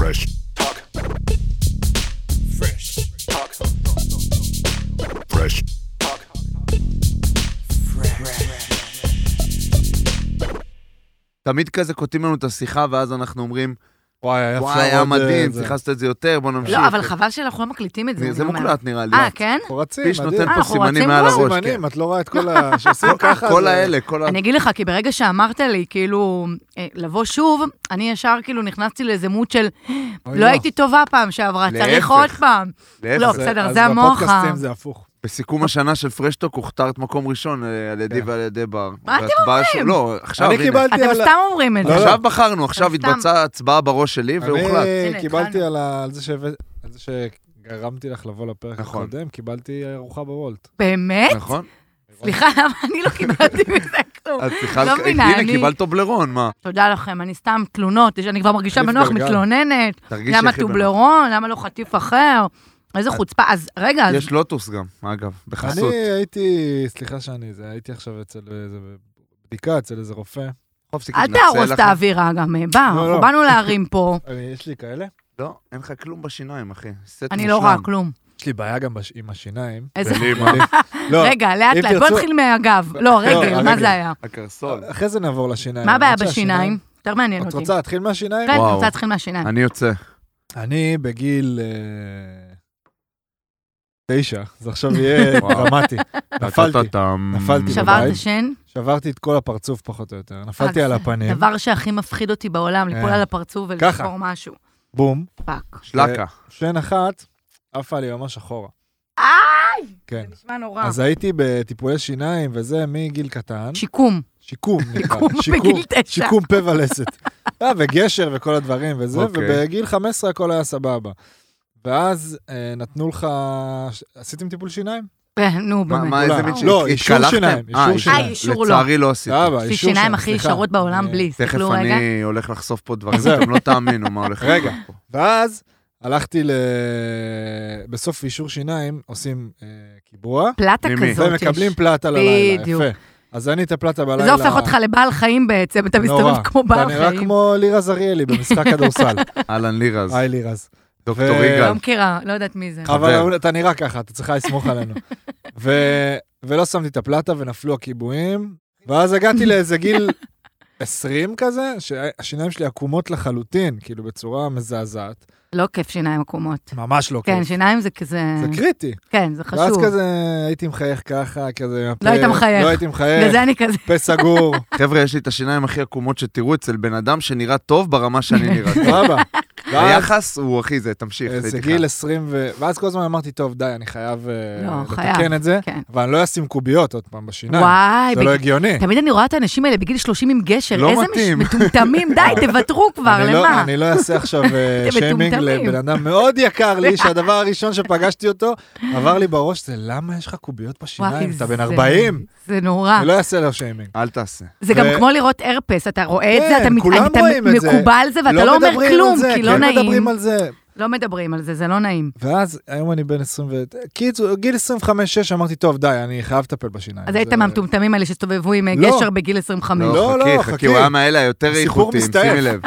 Fresh talk. Fresh talk. Fresh talk. תמיד כזה כותבים לנו את השיחה, ואז אנחנו אומרים, וואי, היה מדהים, שיחסת את זה יותר, בוא נמשיך. לא, אבל חבל שאנחנו לא מקליטים את זה. זה מוקלט נראה לי. כן? חורצים, פיש מדהים. נותן פה סימנים מעל הראש. סימנים, את לא רואה את כל שעושים ככה. כל האלה, כל ה... אני אגיד לך, כי ברגע שאמרת לי, כאילו, לבוא שוב, אני ישר כאילו נכנסתי לאיזה מות של, לא הייתי טובה פעם שעברה, צריך עוד פעם. לא, בסדר, זה המוח. אז בפודקאסטים זה הפוך. בסיכום השנה של פרשטוק הוכתרת מקום ראשון על ידי ועל ידי בר. מה אתם אומרים? לא, עכשיו, אני הנה. קיבלתי אתם סתם אומרים את זה. עכשיו בחרנו, עכשיו התבצעה הצבעה בראש שלי, והוחלט. אני קיבלתי על זה שגרמתי לך לבוא לפרק הקודם, קיבלתי ארוחה בוולט. באמת? נכון? סליחה, למה אני לא קיבלתי מזה כלום? לא מבינה, הנה, קיבלת טובלרון, מה? תודה לכם, אני סתם תלונות, אני כבר מרגישה בנוח, מתלוננת. תרגישי למה הכי בנוח. טובלרון? למה לא חטיף אחר? איזה חוצפה. אז רגע, אז... יש לוטוס גם, אגב, בחסות. אני הייתי, סליחה הייתי עכשיו אצל איזה בדיקה, אצל איזה רופא. אל תהרוס את האווירה גם, אנחנו באנו להרים פה. יש לי כאלה? לא, אין לך כלום בשיניים, אחי. אני לא רואה כלום. יש לי בעיה גם עם השיניים. איזה... לא, רגע, לאט לאט, בוא נתחיל מהגב. לא, רגע, מה זה היה? הקרסול. אחרי זה נעבור לשיניים. מה הבעיה בשיניים? יותר מעניין את אותי. רוצה להתחיל מהשיניים? כן, אני רוצה להתחיל מהשיניים. אני יוצא. אני בגיל 9, זה עכשיו יהיה דרמטי. נפלתי שברת בבית, שן? שברתי את כל הפרצוף פחות או יותר, נפלתי על הפנים, דבר שהכי מפחיד אותי בעולם, ליפול על הפרצוף ולשבור משהו. בום, פאק. שלקה. שן אחת, עפה לי ממש אחורה. איי! כן. זה נשמע נורא. אז הייתי בטיפולי שיניים וזה מגיל קטן. שיקום. שיקום נקרא. בגיל 9. שיקום פה ולסת. וגשר וכל הדברים וזה, אוקיי. ובגיל 15 הכל היה סבבה. ואז נתנו לך, עשיתם טיפול שיניים? נו, באמת. מה, איזה מין לא, אישור שיניים. אישור שיניים. אישור לא. לצערי לא עשיתי. סבבה, יש לי אישור שיניים הכי ישרות בעולם בלי. תכף תסתכלו רגע. אני הולך לחשוף פה דברים, אתם לא תאמינו מה הולך. רגע, ואז הלכתי בסוף אישור שיניים, עושים קיבוע, פלטה ממי? כזאת יש. ומקבלים פלטה ללילה, בדיוק. יפה. אז אני את הפלטה בלילה... זה הופך אותך לבעל חיים בעצם, אתה מסתובב כמו בעל אתה נראה חיים. כמו לירז אריאלי במשחק כדורסל. אהלן לירז. היי לירז. דוקטור לא יגאל. מכירה, לא יודעת מי זה. אבל אתה נראה ככה, אתה צריכה לסמוך עלינו. ולא שמתי את הפלטה ונפלו הקיבועים, ואז הגעתי לאיזה גיל 20 כזה, שהשיניים שלי עקומות לחלוטין, כאילו בצורה מזעזעת. לא כיף שיניים עקומות. ממש לא כן, כיף. שיניים זה כזה... זה קריטי. כן, זה ואז חשוב. כזה הייתי מחייך ככה, כזה... לא היית מחייך. לא הייתי מחייך. לזה אני כזה... פה סגור. חבר'ה, יש לי את השיניים הכי עקומות שתראו אצל בן אדם שנראה טוב ברמה שאני נראה טוב. סבבה. היחס הוא, אחי, זה, תמשיך. זה גיל 20 ואז כל הזמן אמרתי, טוב, די, אני חייב חייב, לתקן את זה, כן. אבל אני לא אשים קוביות עוד פעם בשיניים. וואי, זה לא הגיוני. תמיד אני רואה את האנשים האלה בגיל 30 עם גשר, לא איזה מתאים. מטומטמים, די, תוותרו כבר, למה? אני לא אעשה עכשיו שיימינג מטומטמים. לבן אדם מאוד יקר לי, שהדבר הראשון שפגשתי אותו, עבר לי בראש, זה למה יש לך קוביות בשיניים? וואי, אתה בן זה- 40? זה נורא. אני לא אעשה לו שיימינג. אל תעשה. זה גם כמו לראות הרפס, אתה רואה את זה, כן, אתה כולם רואים את זה. מקובל על זה, ואתה לא אומר מדברים כלום, על זה, כי לא כן נעים. מדברים על זה. לא מדברים על זה, זה לא נעים. ואז היום אני בן 20 קיצור, גיל 25-6 אמרתי, טוב, די, אני חייב לטפל בשיניים. אז היית מהמטומטמים האלה שהסתובבו עם לא. גשר בגיל 25. לא, חכי, חכי. חכי, הוא היה מהאלה היותר סיפור איכותיים, מסתעף. שימי לב.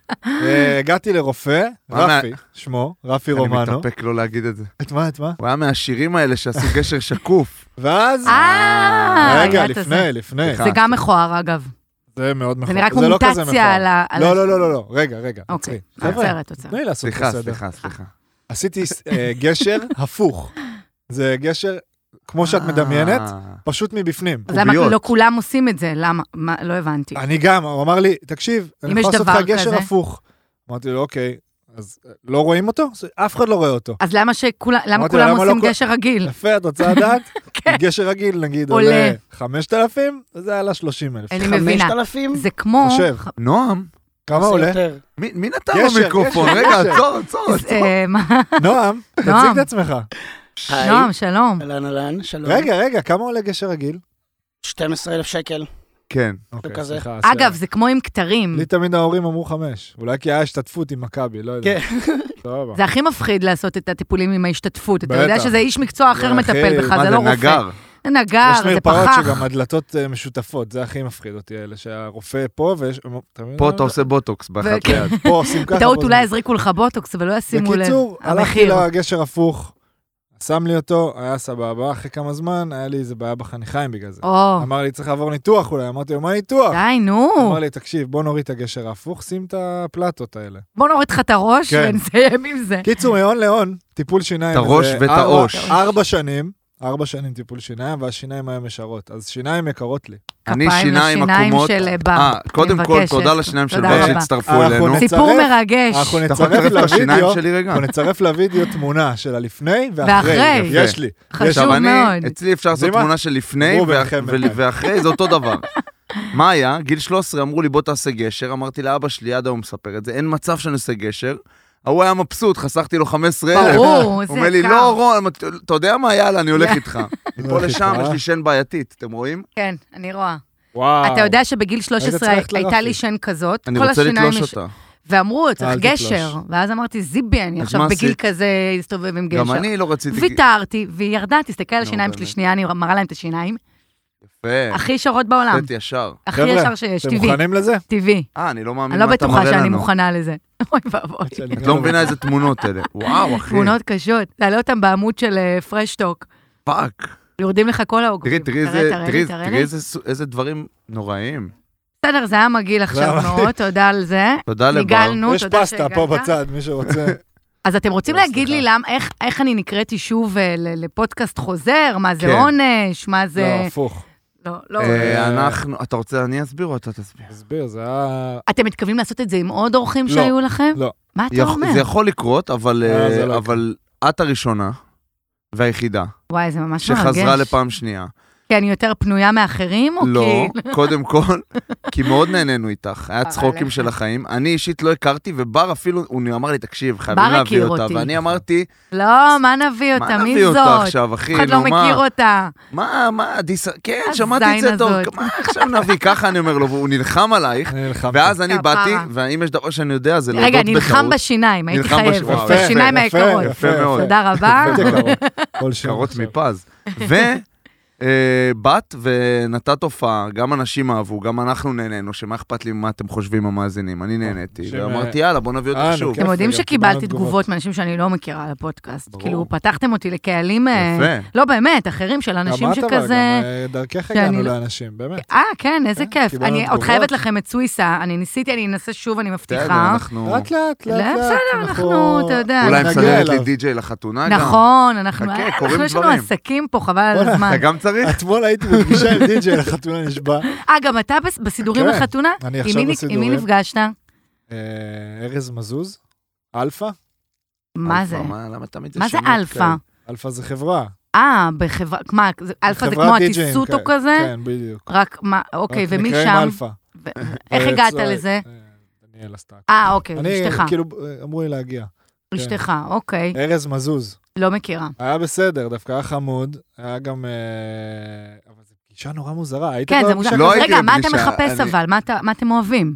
הגעתי לרופא, רפי, שמו, רפי אני רומנו. מתאפק לא להגיד את זה. את מה? הוא היה מהשירים האלה שעשו גשר שקוף. ואז... רגע, לפני. זה גם מכוער, אגב. זה מאוד מכוער. זה נראה כמו לא כזה מוטציה מכוער. על... לא. רגע. אוקיי, עצרי. חבר'ה, עוצרת. תני לי לעשות בסדר. סליחה. עשיתי גשר הפוך. זה גשר, כמו שאת מדמיינת, פשוט מבפנים. אז למה קוביות. לא כולם עושים את זה? למה? לא הבנתי. אני גם, הוא אמר לי, תקשיב, אני אם יכול יש לעשות לך דבר גשר כזה? הפוך. אמרתי לו, אוקיי, אז לא רואים אותו? אף אחד לא רואה אותו. אז למה אמרתי לו, כולם למה עושים לא כל- גשר רגיל? יפה, את רוצה לדעת? כן. גשר רגיל, נגיד, עולה. עולה 5,000, וזה עלה 30,000. אני מבינה. 5,000? זה כמו... חושב. נועם, כמה עולה? מי נתן גשר, במיקרופון? גשר, רגע, גשר. עצור. מה? נועם, תציג נועם. את עצמך. היי, נועם, שלום. אהלן, שלום. רגע, כמה עולה גשר רגיל? 12,000 שקל. כן. אוקיי, כזה. סליחה. אגב, זה כמו עם כתרים. לי תמיד ההורים אמרו 5. אולי כי היה השתתפות עם מכבי, לא יודע. כן. סבבה. זה הכי מפחיד לעשות את הטיפולים עם ההשתתפות. אתה בטח. יודע שזה איש מקצוע אחר אחי, מטפל בך, מה זה זה לא רופא. נגר? נגר, יש זה מרפאות פחח. שגם הדלתות משותפות, זה הכי מפחיד אותי, אלה שהרופא פה ויש... פה אתה עושה בוטוקס באחת כן. ליד. פה עושים ככה. בטעות פה אולי זה- יזריקו לך בוטוקס, ולא ישימו לב. בקיצור, הלכתי המחיר. לגשר הפוך, שם לי אותו, היה סבבה, אחרי כמה זמן, היה לי איזה בעיה בחניכיים בגלל זה. או, אמר לי, צריך לעבור ניתוח אולי, אמרתי לו, מה ניתוח? די, נו. אמר לי, תקשיב, בוא נוריד את הגשר ההפוך, שים את הפלטות האלה. בוא נוריד לך את הראש כן. ונסיים עם זה. קיצור, מהון להון, טיפול שיניים. את הראש זה ואת העו"ש. 4 שנים טיפול שיניים, והשיניים היום ישרות. אז שיניים יקרות לי. אני כפיים שיניים לשיניים עקומות. של בר. קודם אני כל, מבקשת. תודה לשיניים של תודה בר רבה. שהצטרפו אנחנו אלינו. נצרף- סיפור מרגש. אנחנו אתה יכול לצרף את השיניים לוידאו, שלי רגע? אנחנו נצרף לוידאו תמונה של הלפני ואחרי. ואחרי. יש לי. חשוב עכשיו, מאוד. אצלי אפשר לעשות יודעים מה? תמונה של לפני דברו ביניכם בינתיים. ואחרי, זה אותו דבר. מה היה? גיל 13 אמרו לי, בוא תעשה גשר. אמרתי לאבא שלי, עד היום מספר את זה, אין מצב שאני עושה גשר. הוא היה מבסוט, חסכתי לו 15,000. ברור, הוא זה אומר לי, קר. לא, רון, אתה יודע מה? יאללה, אני הולך איתך. מפה הולך לשם, איתך. יש לי שן בעייתית, אתם רואים? כן, אני רואה. וואו. אתה יודע שבגיל 13 צריך ללכת הייתה לרפי. לי שן כזאת, אני כל רוצה השיניים לתלוש אותה. ואמרו, צריך אל תתלוש. גשר. ואז אמרתי, זיבי, אני אז עכשיו מה בגיל עשית? כזה אסתובב עם גשר. גם אני לא רציתי... ויתרתי, והיא ירדה, תסתכל על נו, השיניים שלי באמת. שנייה, אני מראה להם את השיניים. יפה. הכי ישרות בעולם. קצת ישר. הכי חבר'ה, ישר שיש, אתם טבעי. מוכנים לזה? טבעי. אני לא מאמין אני לא מה אתה בטוחה מראה שאני לנו. מוכנה לזה. אוי ואבוי. את לא מבינה איזה תמונות אלה. וואו, אחי. תמונות קשות. תעלה אותם בעמוד של פרשטוק. פאק. יורדים לך כל העוקבים. תראי איזה דברים נוראיים. בסדר, זה היה מגעיל עכשיו למה? מאוד, תודה על זה. תודה לבר. ניגלנו, יש תודה פסטה פה שהגעת. בצד, מי שרוצה. אז אתם רוצים לא, להגיד לי סליחה. איך אני נקראתי שוב לפודקאסט חוזר? מה זה כן. עונש? מה זה... לא, הפוך. לא. אתה רוצה, אני אסביר או אתה תסביר? תסביר, זה היה... אתם מתכוונים לעשות את זה עם עוד אורחים לא. שהיו לכם? לא. מה אתה אומר? זה יכול לקרות, זה לא אבל את הראשונה והיחידה וואי, זה ממש מרגש. שחזרה לפעם שנייה. כי אני יותר פנויה מאחרים? או לא, כי... קודם כל, כי מאוד נהנינו איתך, היה אבל צחוקים איך? של החיים. אני אישית לא הכרתי, ובר אפילו, הוא אמר לי, תקשיב, חייבים בר להביא הכיר אותה. אותי. ואני אמרתי, לא, מה נביא אותה? מה מי נביא אותה זאת? עכשיו, אחי? אף אחד לא נו, מה? מכיר אותה. כן, הזין שמעתי את זה טוב, הזאת. מה עכשיו נביא? ככה אני אומר לו, והוא נלחם עלייך, אני נלחמתי. ואז אני כפרה. באתי, ואם יש דבר שאני יודע, זה להודות רגע, בטעות. נלחם בשיניים, הייתי נלחם חייבת. וואו, בשיניים יפה, היקרות. יפה מאוד. תודה רבה. כל שם קרות עכשיו. מפז. באת ונתת הופעה, גם אנשים אהבו, גם אנחנו נהנינו, שמה אכפת לי מה אתם חושבים המאזינים, אני נהניתי, שם- ואמרתי יאללה בוא נביא אותך שוב. כן. אתם יודעים גם שקיבלתי קיבלנו תגובות תגובות. מאנשים שאני לא מכירה על הפודקאסט. ברור. כאילו, פתחתם אותי לקהלים... יפה. לא, באמת, אחרים של אנשים גם את אבל, שכזה... גם דרכך שאני הגענו לא- לאנשים, באמת. כן, איזה כן, כיף. קיבלנו אני עוד תגובות. חייבת לכם את סוויסה. אני ניסיתי, אני אנסה שוב, אני בסדר, מבטיחה. אנחנו... לאט לאט, לא, לאט לאט. בסדר, אנחנו, אתה יודע. אולי נגיע מסדרת לי אליו. די-ג'יי לחתונה גם. נכון, אנחנו... חכה, קורים יש לנו דברים. עסקים פה, חבל על בוא'נה, הזמן. אתה גם צריך? אתמול הייתי בפגישה עם די.ג'יי לחתונה נשבע. גם אתה בסידורים כן, לחתונה? אני עם עכשיו מי בסידורים. נפגשת? ארז מזוז, אלפא. מה אלפא, זה? למה תמיד מה זה שמות אלפא? כאלה? אלפא זה חברה. בחברה, מה, אלפא זה חברת כמו די.ג'יים, הטיסוטו כן, כזה? כן, בדיוק. רק מה, אוקיי, רק ומי נקראים שם? אלפא. איך הגעת לזה? דניאל עשתה. אוקיי, אני, אשתך. כאילו, אמרו לי להגיע. אשתך, אוקיי. ארז מזוז. לא מכירה. היה בסדר, דווקא היה חמוד. היה גם... אבל זו פגישה נורא מוזרה. היית כן, כבר זה בפגישה מוזר. לא כזאת? הייתי רגע, מה אתה בפגישה, מחפש אני- אבל? מה אתם אוהבים?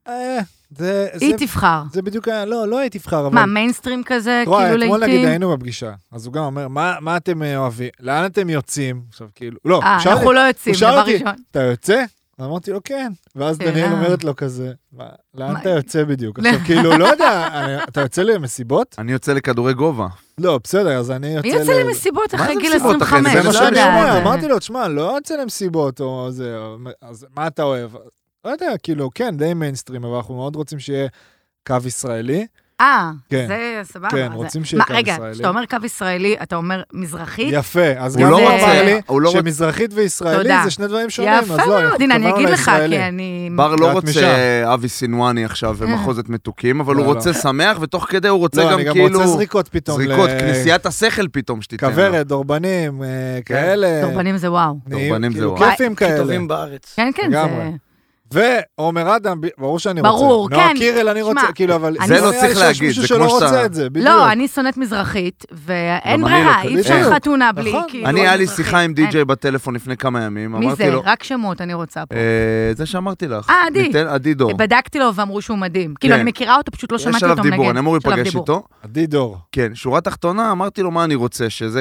היא תבחר. זה בדיוק היה, לא הייתי תבחר, אבל... מה, מיינסטרים כזה, תראה, כאילו אתמול נגיד לעיתים? היינו בפגישה, אז הוא גם אומר, מה אתם אוהבים? לאן אתם יוצאים? עכשיו כאילו, לא, שאל אנחנו לא יוצאים, הוא שאל דבר אותי, ראשון. אתה יוצא? אמרתי לו, כן. ואז דניאל אומרת לו כזה, לאן מה? אתה יוצא בדיוק? עכשיו כאילו, לא יודע, אתה יוצא למסיבות? אני יוצא לכדורי גובה. לא, בסדר, אז אני יוצא... מי יוצא למסיבות מה אחרי זה גיל מסיבות אחרי? 25? זה מה לא שאני יודע, אומר, זה- אמרתי לו, תשמע, לא יוצא למסיבות או זה, אז מה אתה אוהב? לא יודע, כאילו, כן, די מיינסטרים, אבל אנחנו מאוד רוצים שיהיה קו ישראלי. כן. זה סבבה. כן, זה- רוצים שיהיה מה, קו רגע, ישראלי. כשאתה אומר קו ישראלי, אתה אומר מזרחית? יפה, אז הוא גם לא הוא רוצה- אמר לי הוא לא רוצה- שמזרחית וישראלי תודה. זה שני דברים שונים, יפה אז לא, מאוד, הנה, אני התכוונו אגיד לך, לישראלי. כי אני... בר לא ואת רוצה משם. אבי סינואני עכשיו ומחוזת מתוקים, אבל לא, הוא לא. רוצה שמח, ותוך כדי הוא רוצה לא, גם אני גם כאילו... רוצה זריקות פתאום. זריקות, כנסיית השכל פתאום שתיתן לו. כוורת, דורבנים, כאלה. דורבנים זה וואו. דורבנים זה כאילו, וואו. כיפים הכי כאלה. טובים בארץ. כן, כן, לגמרי. זה... ועומר אדם, ברור שאני רוצה. ברור, נועה כן. קירל אני רוצה, שמע, כאילו, אבל... אני- זה לא נראה לי צריך שיש להגיד, מישהו זה שלא כמו שאתה- רוצה את זה, בדיוק. לא, אני שונאת מזרחית, ואין גם אני לא ברירה, כזה. אי אפשר בדיוק. חתונה בלי, נכון. כאילו... אני, היה לי מזרחית. שיחה עם אין. די-ג'יי בטלפון לפני כמה ימים, מי אמרתי זה? לו... רק שמות אני רוצה פה. זה שאמרתי לך. עדי. עדי דור. בדקתי לו ואמרו שהוא מדהים. כאילו, כן. אני מכירה אותו, פשוט לא יש שמעתי עליו אותו מנגן. דיבור, אני אמור יש עליו להיפגש דיבור. איתו. עדי דור. כן, שורה תחתונה, אמרתי לו מה אני רוצה, שזה גם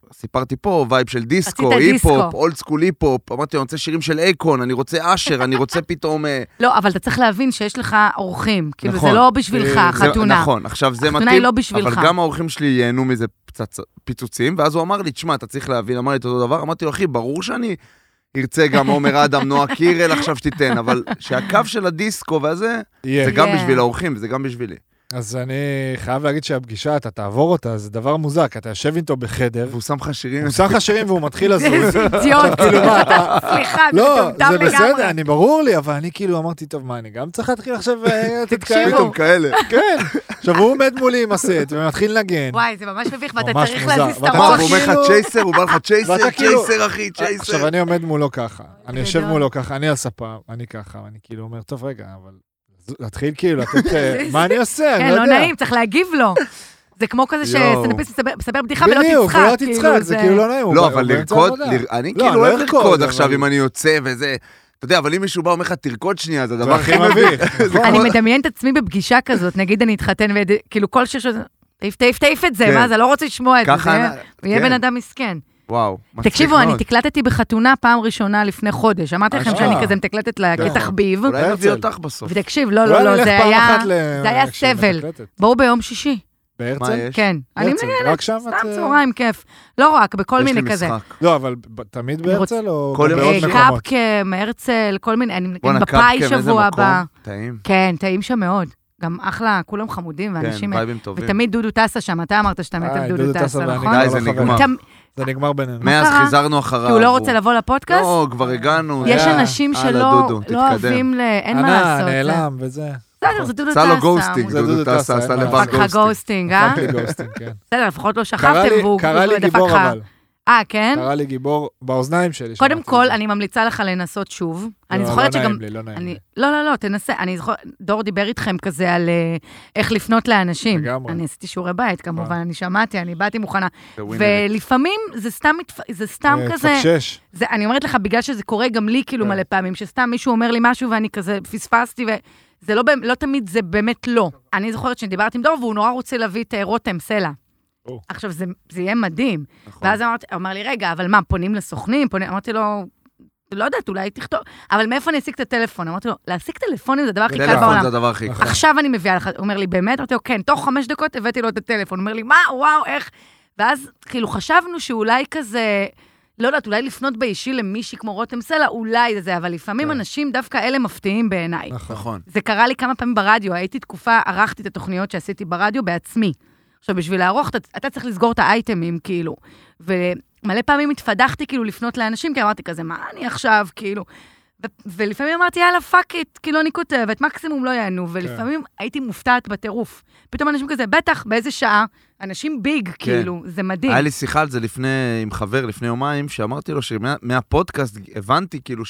סיפרתי פה, וייב של דיסקו, רצית דיסקו. היפ-הופ, אולד סקול היפ-הופ, אמרתי, אני רוצה שירים של אייקון, אני רוצה אשר, אני רוצה פתאום... לא, אבל אתה צריך להבין שיש לך אורחים, כאילו נכון. זה לא בשבילך, חתונה. נכון, עכשיו זה חתונה מתאים, היא לא בשבילך. אבל גם האורחים שלי ייהנו מזה פיצוצים, ואז הוא אמר לי, תשמע, אתה צריך להבין, אמר לי את אותו דבר, אמרתי לו, אחי, ברור שאני ארצה גם עומר אדם, נועה קירל, עכשיו שתיתן, אבל שהקו של הדיסקו והזה, זה גם בשביל האורחים, וזה גם בשבילי. אז אני חייב להגיד שהפגישה, אתה תעבור אותה, זה דבר מוזק, אתה יושב איתו בחדר, והוא שם לך שירים. הוא שם לך שירים והוא מתחיל לזוז. זה אידיוט. כאילו מה, אתה... סליחה, זה לא, מטומטם זה בסדר, לגמרי. אני ברור לי, אבל אני כאילו אמרתי, טוב, מה, אני גם צריך להתחיל עכשיו... תקשיבו. פתאום כאלה. כן. עכשיו הוא עומד מולי עם הסט, ומתחיל לנגן. וואי, זה ממש מביך, ואתה ממש צריך מוזר. להזיז את ואתה מה, הראש. הוא אומר לך כאילו- צ'ייסר, הוא בא לך צ'ייסר, ואתה כאילו- צ'ייסר, אחי, צ'ייסר. עכשיו אני עומד מולו ככה, אני יושב גדול. מולו ככה, אני על ספה, אני ככה, אני כאילו אומר, טוב רגע, אבל... להתחיל כאילו, לתת... מה אני עושה? אני כן, לא לא יודע. נעים, צריך להגיב לו. זה כמו כזה יואו. שסטנדאפיסט מספר בדיחה ולא בדיוק, תצחק. ולא תצחק, זה כאילו לא נעים. הוא לא, הוא אבל באמצע לרקוד, העבודה. אני לא, כאילו לא אוהב לרקוד, לרקוד אבל- עכשיו אם אני יוצא וזה. אתה יודע, אבל אם מישהו בא אומר לך, תרקוד שנייה, זה הדבר זה הכי הכי מביך. מביך. נכון. אני מדמיין את עצמי בפגישה כזאת, נגיד אני אתחתן, וכאילו כל שש... תעיף את זה, כן. מה זה, לא רוצה לשמוע את זה, ככה, הוא יהיה כן. בן אדם מסכן. וואו, מצחיק תקשיבו, אני מאוד. תקלטתי בחתונה פעם ראשונה לפני חודש, אמרתי לכם שאני כזה מתקלטת לה כתחביב, אולי נביא אותך בסוף. ותקשיב, אולי לא, נלך זה פעם היה אחת זה היה כשהיא סבל. מתקלטת. בואו ביום שישי, מה בהרצל? יש? כן. אני הרצל, מנהלת, רק שם סתם את... צהריים, כיף. לא רק, בכל מיני כזה. יש לי משחק. לא, אבל תמיד אני רוצ- בהרצל או כל גם יום בעוד שישי. מקומות? קפקם, הרצל, כל מיני, אני בואנה, בפאי קפקם, איזה שבוע מקום. הבא. טעים. כן, טעים שם מאוד. גם אחלה, כולם חמודים כן, ואנשים... וייבים טובים. ותמיד דודו טסה שם, אתה אמרת שאתה מת על דודו טסה, ואני נכון? כבר די, לא זה חבר. נגמר. זה נגמר בינינו. מאז קרה? חיזרנו אחריו. כי הוא לא רוצה לבוא לפודקאסט? לא, כבר הגענו. יש היה- אנשים הלאה, שלא דודו, לא תתקדם. אוהבים אין מה ענה, לעשות. נעלם וזה. בסדר, זה דודו עשה טסה. לו גוסטינג, זה דודו דודו טסה, טסה, עשה אין מה לבד לעשות. פק לך גוסטינג. גוסטינג, אה? פאק לי גוסטינג, כן. בסדר, לפחות לא קרא שכבתם לי- והוא קרא לי הדפק גיבור לך. אבל. כן? קרא לי גיבור באוזניים שלי. קודם שמעתי כל, את זה. אני ממליצה לך לנסות שוב. אני לא, זוכרת לא שגם... נעים לי, לא נעים לי. לא, תנסה. אני זוכרת, דור דיבר איתכם כזה על איך לפנות לאנשים. לגמרי. אני עשיתי שיעורי בית, כמובן, אני שמעתי, אני באתי מוכנה. זה ווינרית. ולפעמים זה סתם כזה... תפקשש. אני אומרת לך, בגלל שזה קורה גם לי כאילו כן. מלא פעמים, שסתם מישהו אומר לי משהו ואני כזה פספסתי, וזה לא תמיד, זה באמת לא. אני זוכרת שדיברתי עם דור, והוא נורא רוצה להביא את רותם סלע. או. עכשיו, זה יהיה מדהים. נכון. ואז אמר לי, רגע, אבל מה, פונים לסוכנים? אמרתי לו, לא יודעת, אולי תכתוב, אבל מאיפה אני אשיג את הטלפון? אמרתי לו, להשיג טלפונים זה הדבר הכי קל טלפון בעולם. זה הדבר הכי קל. עכשיו אני מביאה לך, הוא אומר לי, באמת? אמרתי לו, כן, תוך 5 דקות הבאתי לו את הטלפון. הוא אומר לי, מה, וואו, איך? ואז כאילו חשבנו שאולי כזה, לא יודעת, אולי לפנות באישי למישהי כמו רותם סלע, אולי זה, אבל לפעמים אנשים דווקא אלה מפתיעים בעיניי. נכון. זה קרה לי כמה פעמים ברדיו, הייתי תקופה, ערכתי את התוכניות שעשיתי ברדיו בעצמי. עכשיו, בשביל לערוך, אתה צריך לסגור את האייטמים, כאילו. ומלא פעמים התפדחתי, כאילו, לפנות לאנשים, כי אמרתי כזה, מה אני עכשיו, כאילו? ולפעמים אמרתי, יאללה, פאק איט, כאילו, אני כותבת, מקסימום לא יענו, ולפעמים הייתי מופתעת בטירוף. פתאום אנשים כזה, בטח, באיזה שעה, אנשים ביג, כאילו, זה מדהים. היה לי שיחה על זה עם חבר לפני יומיים, שאמרתי לו שמהפודקאסט הבנתי כאילו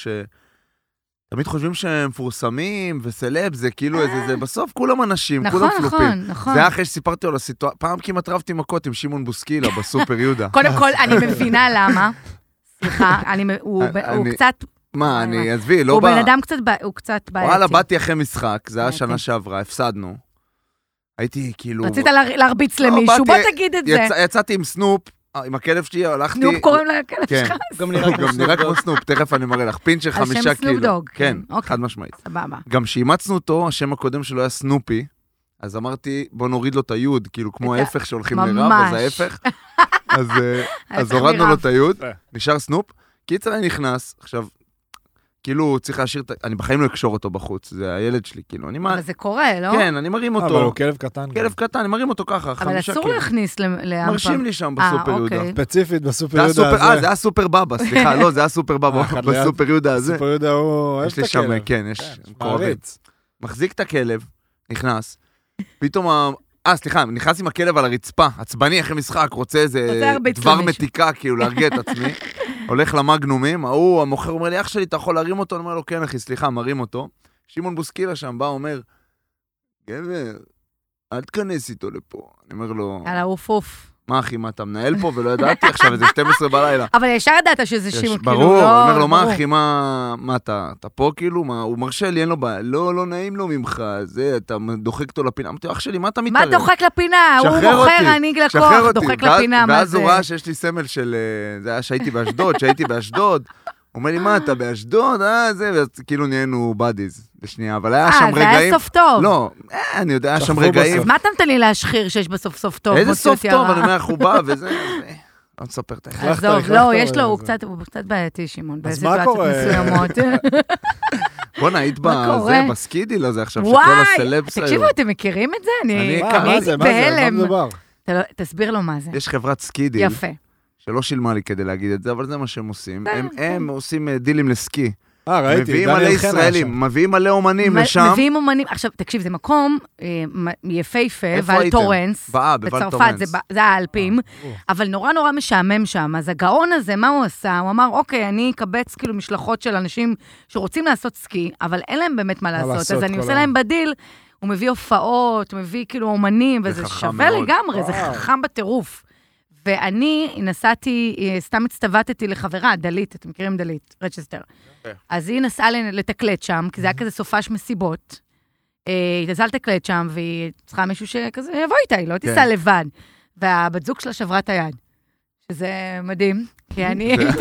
תמיד חושבים שהם מפורסמים וסלב, זה כאילו איזה, זה בסוף כולם אנשים, כולם פלופים. נכון. זה היה אחרי שסיפרתי לו לסיטואציה, פעם כמעט רבתי מכות עם שמעון בוסקילה בסופר יהודה. קודם כל, אני מבינה למה. סליחה, הוא קצת... מה, אני עזבי, לא הוא בא... בן אדם קצת בעייתי. וואלה, באתי אחרי משחק, זה היה בעייתי. שנה שעברה, הפסדנו. הייתי כאילו... רצית להרביץ למישהו, בוא תגיד את זה. יצאתי עם סנופ, עם הכלב שלי, הלכתי... סנופ קוראים לכלב כן. שלך. גם נראה כמו גם נראה כמו סנופ, תכף אני מראה לך, פינצ'ר על שם 5 סנופ קילו. דוג, כן, כן, אוקיי. חד משמעית. סבבה. גם שאימצנו אותו, השם הקודם שלו היה סנופי, אז אמרתי, בוא נוריד לו את היוד, כאילו כמו ההפך שהולכים לרב, אז ממש. ההפך. אז ההפך הורדנו לו מרב. את היוד, נשאר סנופ. קיצר אני נכנס, עכשיו, כאילו צריך להשאיר, אני בחיים לא אקשור אותו בחוץ, זה הילד שלי, כאילו, אני אבל זה קורה, לא? כן, אני מרים אבל אותו, הוא כלב קטן. כלב קטן, אני מרים אותו ככה, אבל 5 אסור קילו. להכניס לאמפם. מרשים לי שם בסופר יהודה. אוקיי. ספציפית בסופר זה היה יהודה סופר, הזה. זה היה סופר בבא, סליחה, לא, זה היה סופר בבא אחד ליד. בסופר יהודה הזה. סופר יהודה הוא אוהב יש את לי שם, הכלב. כן, יש קרובים. מעריץ. מחזיק את הכלב, נכנס, פתאום, סליחה, נכנס עם הכלב על הרצפה, עצבני אחרי משחק, רוצה איזה רוצה להרביץ דבר למישהו. מתיקה, כאילו להרגיע את עצמי, הולך למגנומים, המוכר אומר לי, אח שלי, אתה יכול להרים אותו? אני אומר לו, כן אחי, סליחה, מרים אותו. שמעון בוסקילה שם בא, אומר, גבר, אל תכנס איתו לפה. אני אומר לו, יאללה, אוף. מה אחי, מה אתה מנהל פה ולא ידעתי עכשיו, איזה 12 בלילה. אבל ישר ידעת שזה שימו, כאילו, ברור, לא... אני אומר לו, מה ברור. אחי, מה אתה פה כאילו? הוא מרשה לי, אין לו בעיה. לא נעים לו ממך, זה, אתה דוחק אותו לפינה. אמרתי, אח שלי, מה אתה מתערב? מה דוחק לפינה? הוא שחרר אותי, מוכר, אני לקוח, שחרר אותי. דוחק לפינה, מה ואז זה? הוא ראה שיש לי סמל של... זה היה שהייתי באשדוד, הוא אומר לי, מה, אתה באשדוד? זה, ואז כאילו נהיינו בדיז לשנייה, אבל היה שם רגעים... זה היה סוף טוב. לא, אני יודע, היה שם שכבו רגעים... בסוף. אז מה אתה נותן לי להשחיר שיש בסוף סוף טוב? איזה מוציא סוף אותי טוב, הרע? אני אומר, איך הוא בא וזה... לא נספר את האחד. החלכת, עזוב, לא, החלכת יש לו, וזה. הוא קצת בעייתי, שמעון, אז מה בסיטואציות קורה? מסוימות. בוא'נה, היית מה בזה, קורה? בסקידיל הזה עכשיו, שכל וואי, הסלבס היו. תקשיבו, אתם מכירים את זה? אני מה זה? הייתי מה זה? על מה בהלם. מדובר? תסביר לו מה זה. יש חברת סקידיל, יפה. שלא שילמה לי כדי להגיד את זה, אבל זה מה שהם עושים. כן, הם עושים דילים לסקי. ראיתי, מביאים מלא דניאל חן היה שם. ישראלים, מביאים מלא אומנים לשם. מביאים אומנים, עכשיו, תקשיב, זה מקום יפהפה, איפה ועל הייתם? טורנס, בוואל בצרפת, טורנס. זה האלפים, אבל נורא נורא משעמם שם. אז הגאון הזה, מה הוא עשה? הוא אמר, אוקיי, אני אקבץ כאילו משלחות של אנשים שרוצים לעשות סקי, אבל אין להם באמת מה לעשות, לעשות אז אני כל עושה היום. להם בדיל, הוא מביא הופעות, הוא מביא כאילו אומנים, זה וזה חכם שווה מאוד. לגמרי, זה וואו. חכם בטירוף. ואני נסעתי, סתם הצטוותתי לחברה, דלית, אתם מכירים דלית, רצ'סטר. אז היא נסעה לתקלט שם, כי זה היה כזה סופש מסיבות. היא נסעה לתקלט שם, והיא צריכה מישהו שכזה יבוא איתה, היא לא תיסע לבד. והבת זוג שלה שברה את היד. שזה מדהים, כי אני הייתי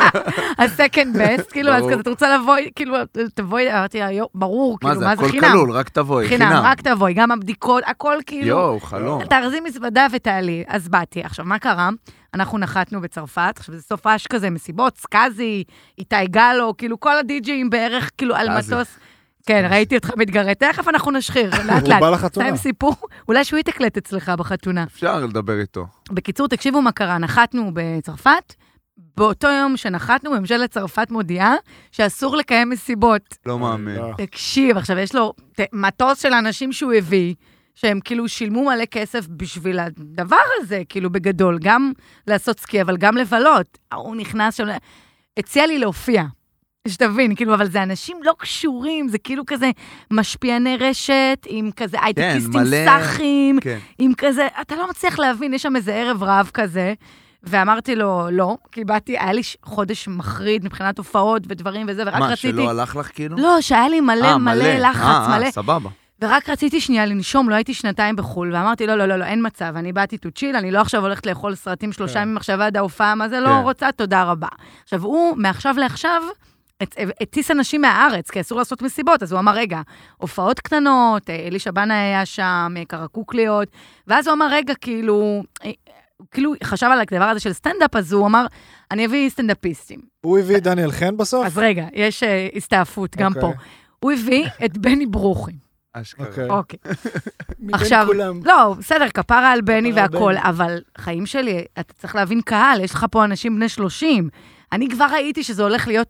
הסקנד בסט, כאילו, אז כזה, את רוצה לבוא, כאילו, תבואי, אמרתי, ברור, כאילו, מה זה הכל חינם? כלול, רק תבואי, חינם, רק תבואי, גם הבדיקות, הכל כאילו... יואו, חלום. תארזי מזוודה ותעלי. אז באתי. עכשיו, מה קרה? אנחנו נחתנו בצרפת, עכשיו זה סופש כזה, מסיבות, סקאזי, איתי גלו, כאילו כל הדי-ג'אים בערך, כאילו על סקאזי. מטוס. כן, ראיתי אותך מתגרד, תכף אנחנו נשחיר, לאט לאט. בא לחתונה. סתם סיפור, אולי שהוא יתקלט אצלך בחתונה. אפשר לדבר איתו. בקיצור, תקשיבו מה קרה, נחתנו בצרפת, באותו יום שנחתנו, ממשלת צרפת מודיעה שאסור לקיים מסיבות. לא מאמין. תקשיב, עכשיו יש לו מטוס של אנשים שהוא הביא, שהם כאילו שילמו מלא כסף בשביל הדבר הזה, כאילו בגדול, גם לעשות סקי, אבל גם לבלות. הוא נכנס שם, הציע לי להופיע, שתבין, כאילו, אבל זה אנשים לא קשורים, זה כאילו כזה משפיעני רשת, עם כזה הייטקיסטים סאחים, עם כזה, אתה לא מצליח להבין, יש שם איזה ערב רב כזה, ואמרתי לו, לא, כי באתי, היה לי חודש מחריד מבחינת הופעות ודברים וזה, ורק רציתי... מה, שלא הלך לך כאילו? לא, שהיה לי מלא לחץ, מלא. סבבה. ורק רציתי שנייה לנשום, לא הייתי שנתיים בחול, ואמרתי, לא, אין מצב, אני באתי to chill, אני לא עכשיו הולכת לאכול סרטים 3 ימים עכשיו עד ההופעה, מה זה לא רוצה, תודה רבה. עכשיו, הוא, מעכשיו לעכשיו, הטיס אנשים מהארץ, כי אסור לעשות מסיבות, אז הוא אמר, רגע, הופעות קטנות, אלי שבנה היה שם, קרקוקליות, ואז הוא אמר, רגע, כאילו, חשב על הדבר הזה של סטנדאפ, אז הוא אמר, אני אביא סטנדאפיסטים. הוא הביא דניאל חן בסוף? אז רגע, יש הסתעפות גם פה. הוא הביא את בני ברוכי. אוקיי. עכשיו, לא, בסדר, כפרה על בני והכל, אבל חיים שלי, אתה צריך להבין קהל, יש לך פה אנשים בני 30. אני כבר ראיתי שזה הולך להיות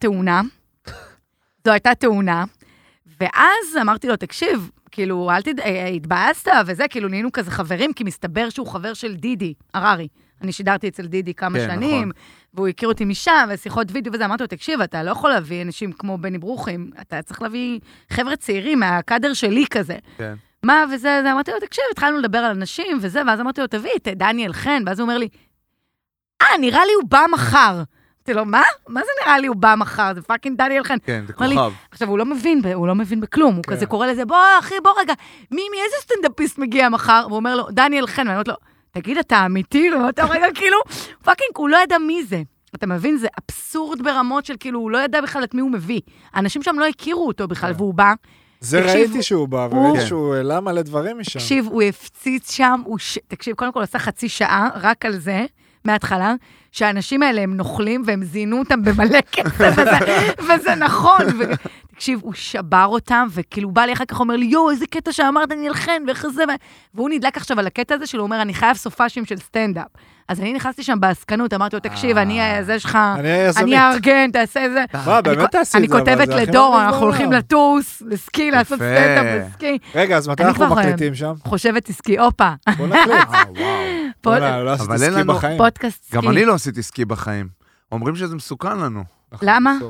זו הייתה תאונה, ואז אמרתי לו, תקשיב, כאילו, התבאסת וזה, כאילו, נהיינו כזה חברים, כי מסתבר שהוא חבר של דידי, הררי. אני שידרתי אצל דידי כמה שנים, והוא הכיר אותי משם, ושיחות וידאו וזה, אמרתי לו, תקשיב, אתה לא יכול להביא אנשים כמו בני ברוכים, אתה צריך להביא חבר'ה צעירים מהקאדר שלי כזה. כן. מה וזה, אמרתי לו, תקשיב, התחלנו לדבר על אנשים וזה, ואז אמרתי לו, תביא את דניאל חן, ואז הוא אומר לי, נראה לי הוא בא מחר. אמרתי לו, מה? מה זה נראה לי הוא בא מחר? זה פאקינג דניאל חן. כן, זה כוכב. עכשיו, הוא לא מבין בכלום, הוא כזה קורא לזה, בוא, אחי, בוא רגע, איזה סטנדאפיסט מגיע מחר? והוא אומר לו, דניאל חן, ואני אומרת לו, תגיד, אתה אמיתי? ואתה רגע, כאילו, פאקינג, הוא לא ידע מי זה. אתה מבין? זה אבסורד ברמות של, כאילו, הוא לא ידע בכלל את מי הוא מביא. האנשים שם לא הכירו אותו בכלל, והוא בא. זה ראיתי שהוא בא, וראיתי שהוא העלה מלא דברים משם. תקשיב, הוא הפציץ שם, תקשיב, קודם כל עשה חצי שעה, רק על זה, מההתחלה, שהאנשים האלה הם נוכלים, והם זינו אותם במלא כסף, וזה נכון. תקשיב, הוא שבר אותם, וכאילו בא לי אחר כך, אומר לי, יו, איזה קטע שאמרת, אני אלחן, ואיך זה, והוא נדלק עכשיו על הקטע הזה שלו, הוא אומר, אני חייב סופשים של סטנדאפ. אז אני נכנסתי שם בעסקנות, אמרתי לו, תקשיב, אני זה שלך, אני ארגן, תעשה זה. באמת תעשי את זה, אני כותבת לדור, אנחנו הולכים לטוס, לסקי, לעשות סטנדאפ, לסקי. רגע, אז מתי אנחנו מקליטים שם? חושבת עסקי, אופה. בוא נקליט. לא עשיתי סקי בחיים. פודקאסט סקי. גם אני לא עשיתי סקי בחיים. אומרים שזה מסוכן לנו. למה?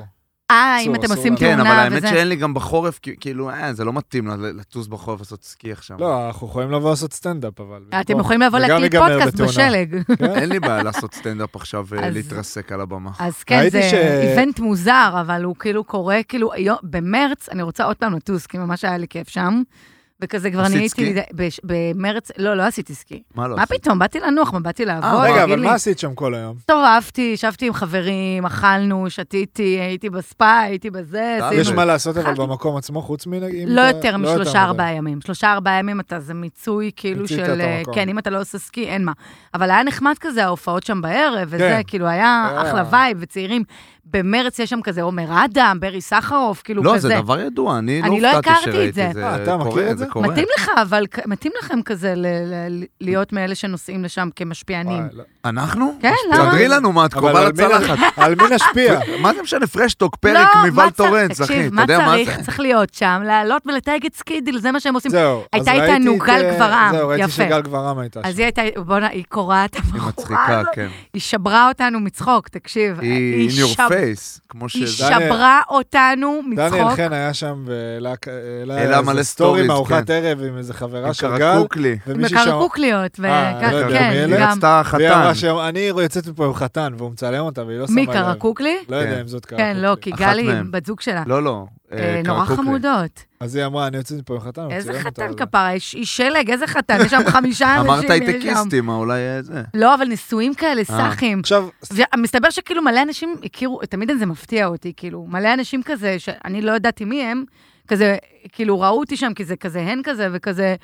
אם אתם עושים כן, אבל תאונה האמת וזה. שאין לי גם בחורף, כאילו, זה לא מתאים לטוס בחורף לעשות סקי עכשיו. לא, אנחנו יכולים לבוא לעשות סטנדאפ, אבל... אתם יכולים לבוא וגם להקליט ייגמר פודקאסט בתאונה. בשלג. אין לי בעיה לעשות סטנדאפ עכשיו ולהתרסק על הבמה. אז כן, ראיתי זה איבנט מוזר, אבל הוא כאילו קורה, כאילו, במרץ, אני רוצה עוד פעם לטוס, כי ממש היה לי כיף שם, וכזה כבר עשית נהייתי, במרץ, לא עשיתי סקי. מה לא מה עשית? פתאום? באתי לנוח, באתי לעבוד, רגע, תגיד אבל לי. מה עשית שם כל היום? טורפתי, ישבתי עם חברים, אכלנו, שתיתי, הייתי בספה, הייתי בזה, יש יש עשינו... מה לעשות אבל אכלתי. במקום עצמו, חוץ מנגיד... לא יותר מ3-4 ימים. 3-4 ימים זה מיצוי כאילו מיצית של... את המקום. כן, אם אתה לא עושה סקי, אין מה. אבל היה נחמד כזה, ההופעות שם בערב, וזה, כן. כאילו היה אחלה וייב, וצעירים. במרץ יש שם כזה עומר אדם, ברי סחרוף, כאילו לא, כזה. זה דבר ידוע, אני אני לא לא הופתעתי הכרתי את שראיתי זה. את זה. אתה מכיר את זה? זה קורה. מתאים לך, אבל מתאים לכם כזה להיות מאלה שנוסעים לשם כמשפיענים. אנחנו? כן, למה? תדרי לנו מה, את קרובה לצלחת. על מי נשפיע? מה זה משנה, פרשטוק, פרק לא, מבל מה טורנס, אחי, תקשיב, אתה מה יודע מה זה? צריך להיות שם? לעלות ולתייג את סקידיל, זה מה שהם עושים. זהו. הייתה אז ראיתי איתנו את, גל גברעם, זהו, ראיתי יפה. שגל גברעם הייתה אז שם. היא הייתה, בוא'נה, היא קורעת, היא הבחורה מצחיקה, הזאת. כן. היא שברה אותנו מצחוק, תקשיב. היא in your face, כמו היא שזה. שברה אותנו דניאל מצחוק. חן היה שם העלה מלא איזה סטוריז, מארוחת כן. ערב עם איזה חברה של גל. קרקוקלי. ומישהי שם... מקרקוקליות, לא יודע, כן, מי אלה? היא גם. רצתה והיא חתן. אמרה שאני יוצאת מפה עם חתן, והוא מצלם אותה, והיא לא שמה מי לב. קרקוקלי? לא יודע כן. אם זאת קרקוקלי. כן, לא, כי אחת גל היא מהם. בת זוג שלה. לא, נורא קרקוקלי. חמודות. אז היא אמרה, אני יוצאת מפה עם חתן, הוא איזה צילם אותה. חתן כפרה, היא שלג, איזה חתן, יש שם 5 אנשים. אמרת יש שם. הייטקיסטים, אולי זה. לא, אבל נישואים כאלה, סאחים. עכשיו, ומסתבר שכאילו מלא אנשים הכירו, תמיד זה מפתיע אותי, כאילו, מלא אנשים כזה, שאני לא ידעתי מי הם, כזה, כאילו, ראו אותי שם, כי זה כזה הן כזה, וכזה,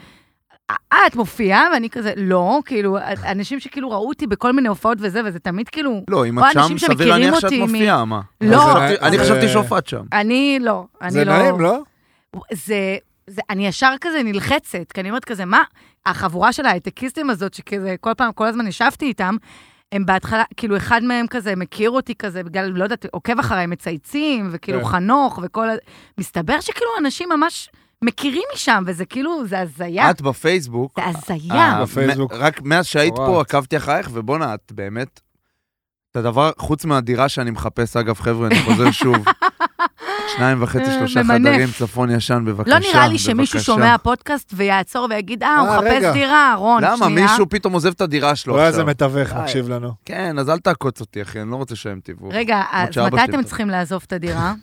את מופיעה, ואני כזה, לא, כאילו, אנשים שכאילו ראו אותי בכל מיני הופעות וזה, וזה תמיד כאילו, לא, אם או את שם, אנשים סביר שמכירים להניח שאת אותי מופיעה, מה? לא. אני זה- חשבתי שהופעת שם. אני לא, אני זה לא... נעים, לא? אני ישר כזה נלחצת, כי אני אומרת כזה, מה, החבורה של ההייטקיסטים הזאת, שכזה כל הזמן ישבתי איתם, הם בהתחלה, כאילו אחד מהם כזה מכיר אותי כזה, בגלל, לא יודעת, עוקב אחריי מצייצים, וכאילו כן. חנוך, מסתבר שכאילו אנשים ממש מכירים משם, וזה כאילו, זה הזיה. את בפייסבוק. זה הזיה. בפייסבוק. רק מאז שהיית פה, קורעת. עקבתי אחרייך, ובואנה, את באמת... את הדבר, חוץ מהדירה שאני מחפש, אגב, חבר'ה, אני חוזר שוב. 2.5-3 ממנף. חדרים, צפון ישן, בבקשה. לא נראה לי שמישהו בבקשה. שומע פודקאסט ויעצור ויגיד, הוא מחפש רגע. דירה, רון, למה? שנייה. מישהו פתאום עוזב את הדירה שלו אולי עכשיו. איזה מתווך די. מקשיב לנו. כן, אז אל תעקוץ אותי, אחי, אני לא רוצה שהם תיווך. רגע, אז שאבא מתי שלי אתם טוב. צריכים לעזוב את הדירה?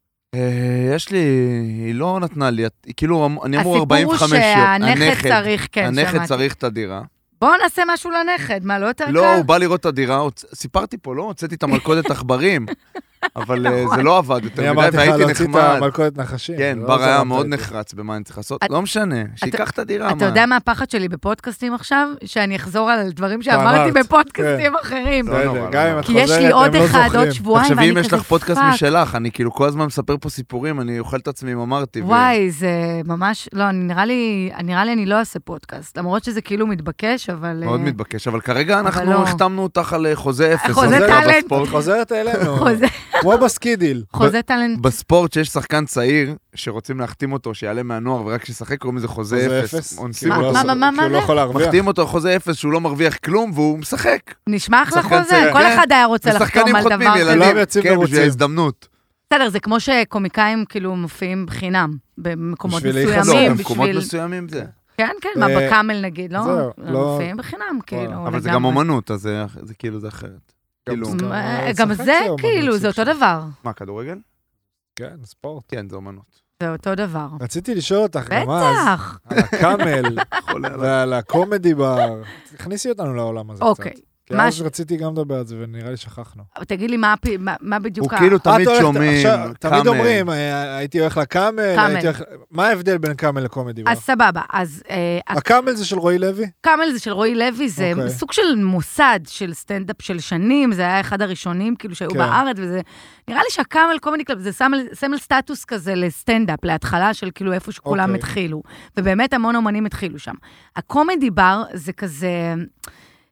יש לי, היא לא נתנה לי, היא כאילו, אני אמור 45 הסיפור יום. הוא שהנכד צריך, כן, הנכד שמעתי. צריך את הדירה. בואו נעשה משהו לנכד, מה, לא יותר קל? לא, הוא בא לראות את הדירה, סיפרתי פה, לא? הוצאתי את המלכודת עכברים, אבל זה לא עבד יותר אני מדי, אמרתי לך והייתי להוציא את נחמד. המלכודת נחשים. כן, לא בר היה זרמת מאוד איתי. נחרץ במה אני צריך לעשות. לא משנה, שיקח את הדירה, אתה מה? יודע מה הפחד שלי בפודקאסטים עכשיו? שאני אחזור על דברים שאמרתי אמרת, בפודקאסטים אחרים. לא נורא, בסדר, גם אם את כי יש חוזרת, לי עוד הם לא אחד, זוכרים. עוד שבועיים, תחשבי ואני אם יש כזה לך פודקאסט פאק. משלך, אני כאילו כל הזמן מספר פה סיפורים, אני אוכל את עצמי אם אמרתי. וואי, זה ממש, לא, נראה לי אני לא אעשה פודקאסט, למרות שזה כאילו מתבקש, אבל... מאוד מתבקש, אבל כרגע אנחנו לא. החתמנו אותך על חוזה אפס. חוזה אז טאלנט. בספורט- את חוזרת אלינו, חוזה- כמו בסקידיל. חוזה טאלנט. בספורט שיש שחקן צעיר, שרוצים להחתים אותו, שיעלה מהנוער, ורק שישחק, קוראים לזה חוזה אפס. אונסים מה, אותו. מה, מה, כי הוא לא זה? יכול להרוויח. מחתים אותו חוזה אפס, שהוא לא מרוויח כלום, והוא משחק. נשמע אחלה שחקן חוזה, צעיר, כל כן. אחד היה רוצה לחתום ושחקנים על חותמים, דבר כזה. כולם ילדים, יוצאים כן, בשביל מרוצים. ההזדמנות. בסדר, זה כמו שקומיקאים כאילו מופיעים בחינם, במקומות בשביל לא, להיחשוף. מסוימים, במקומות בשביל... מסוימים זה. כן, כן, מה, בקאמל נגיד, לא? זהו, לא- מופיעים בחינם, כאילו, אבל זה גם אומנות, אז זה כאילו, זה אחרת. כאילו, גם לשחק זה אומנות, כאילו, זה סוג אותו של- דבר. מה, כדורגל? כן, ספורט. כן, זה אומנות. זה אותו דבר. רציתי לשאול אותך גם אז, בטח. על הקאמל חולה עליו. ועל הקומדי בר. תכניסי אותנו לעולם הזה קצת. אוקיי. כי מה אז רציתי גם לדבר על זה, ונראה לי שכחנו. אבל תגיד לי, מה בדיוק הוא כאילו תמיד את הולכת- שומעים, עכשיו, תמיד קאמל. אומרים, הייתי הולך לקאמל, קאמל. הייתי הולך... מה ההבדל בין קאמל לקומדי בר? אז סבבה, אז הקאמל זה של רועי לוי? הקאמל זה של רועי לוי, זה אוקיי. סוג של מוסד של סטנדאפ של שנים, זה היה אחד הראשונים כאילו שהיו כן. בארץ, וזה, נראה לי שהקאמל קומדי קלאב זה סמל סטטוס כזה לסטנדאפ, להתחלה של כאילו איפה שכולם אוקיי. התחילו, ובאמת המון אומנים התחילו שם. הקומדי בר זה כזה...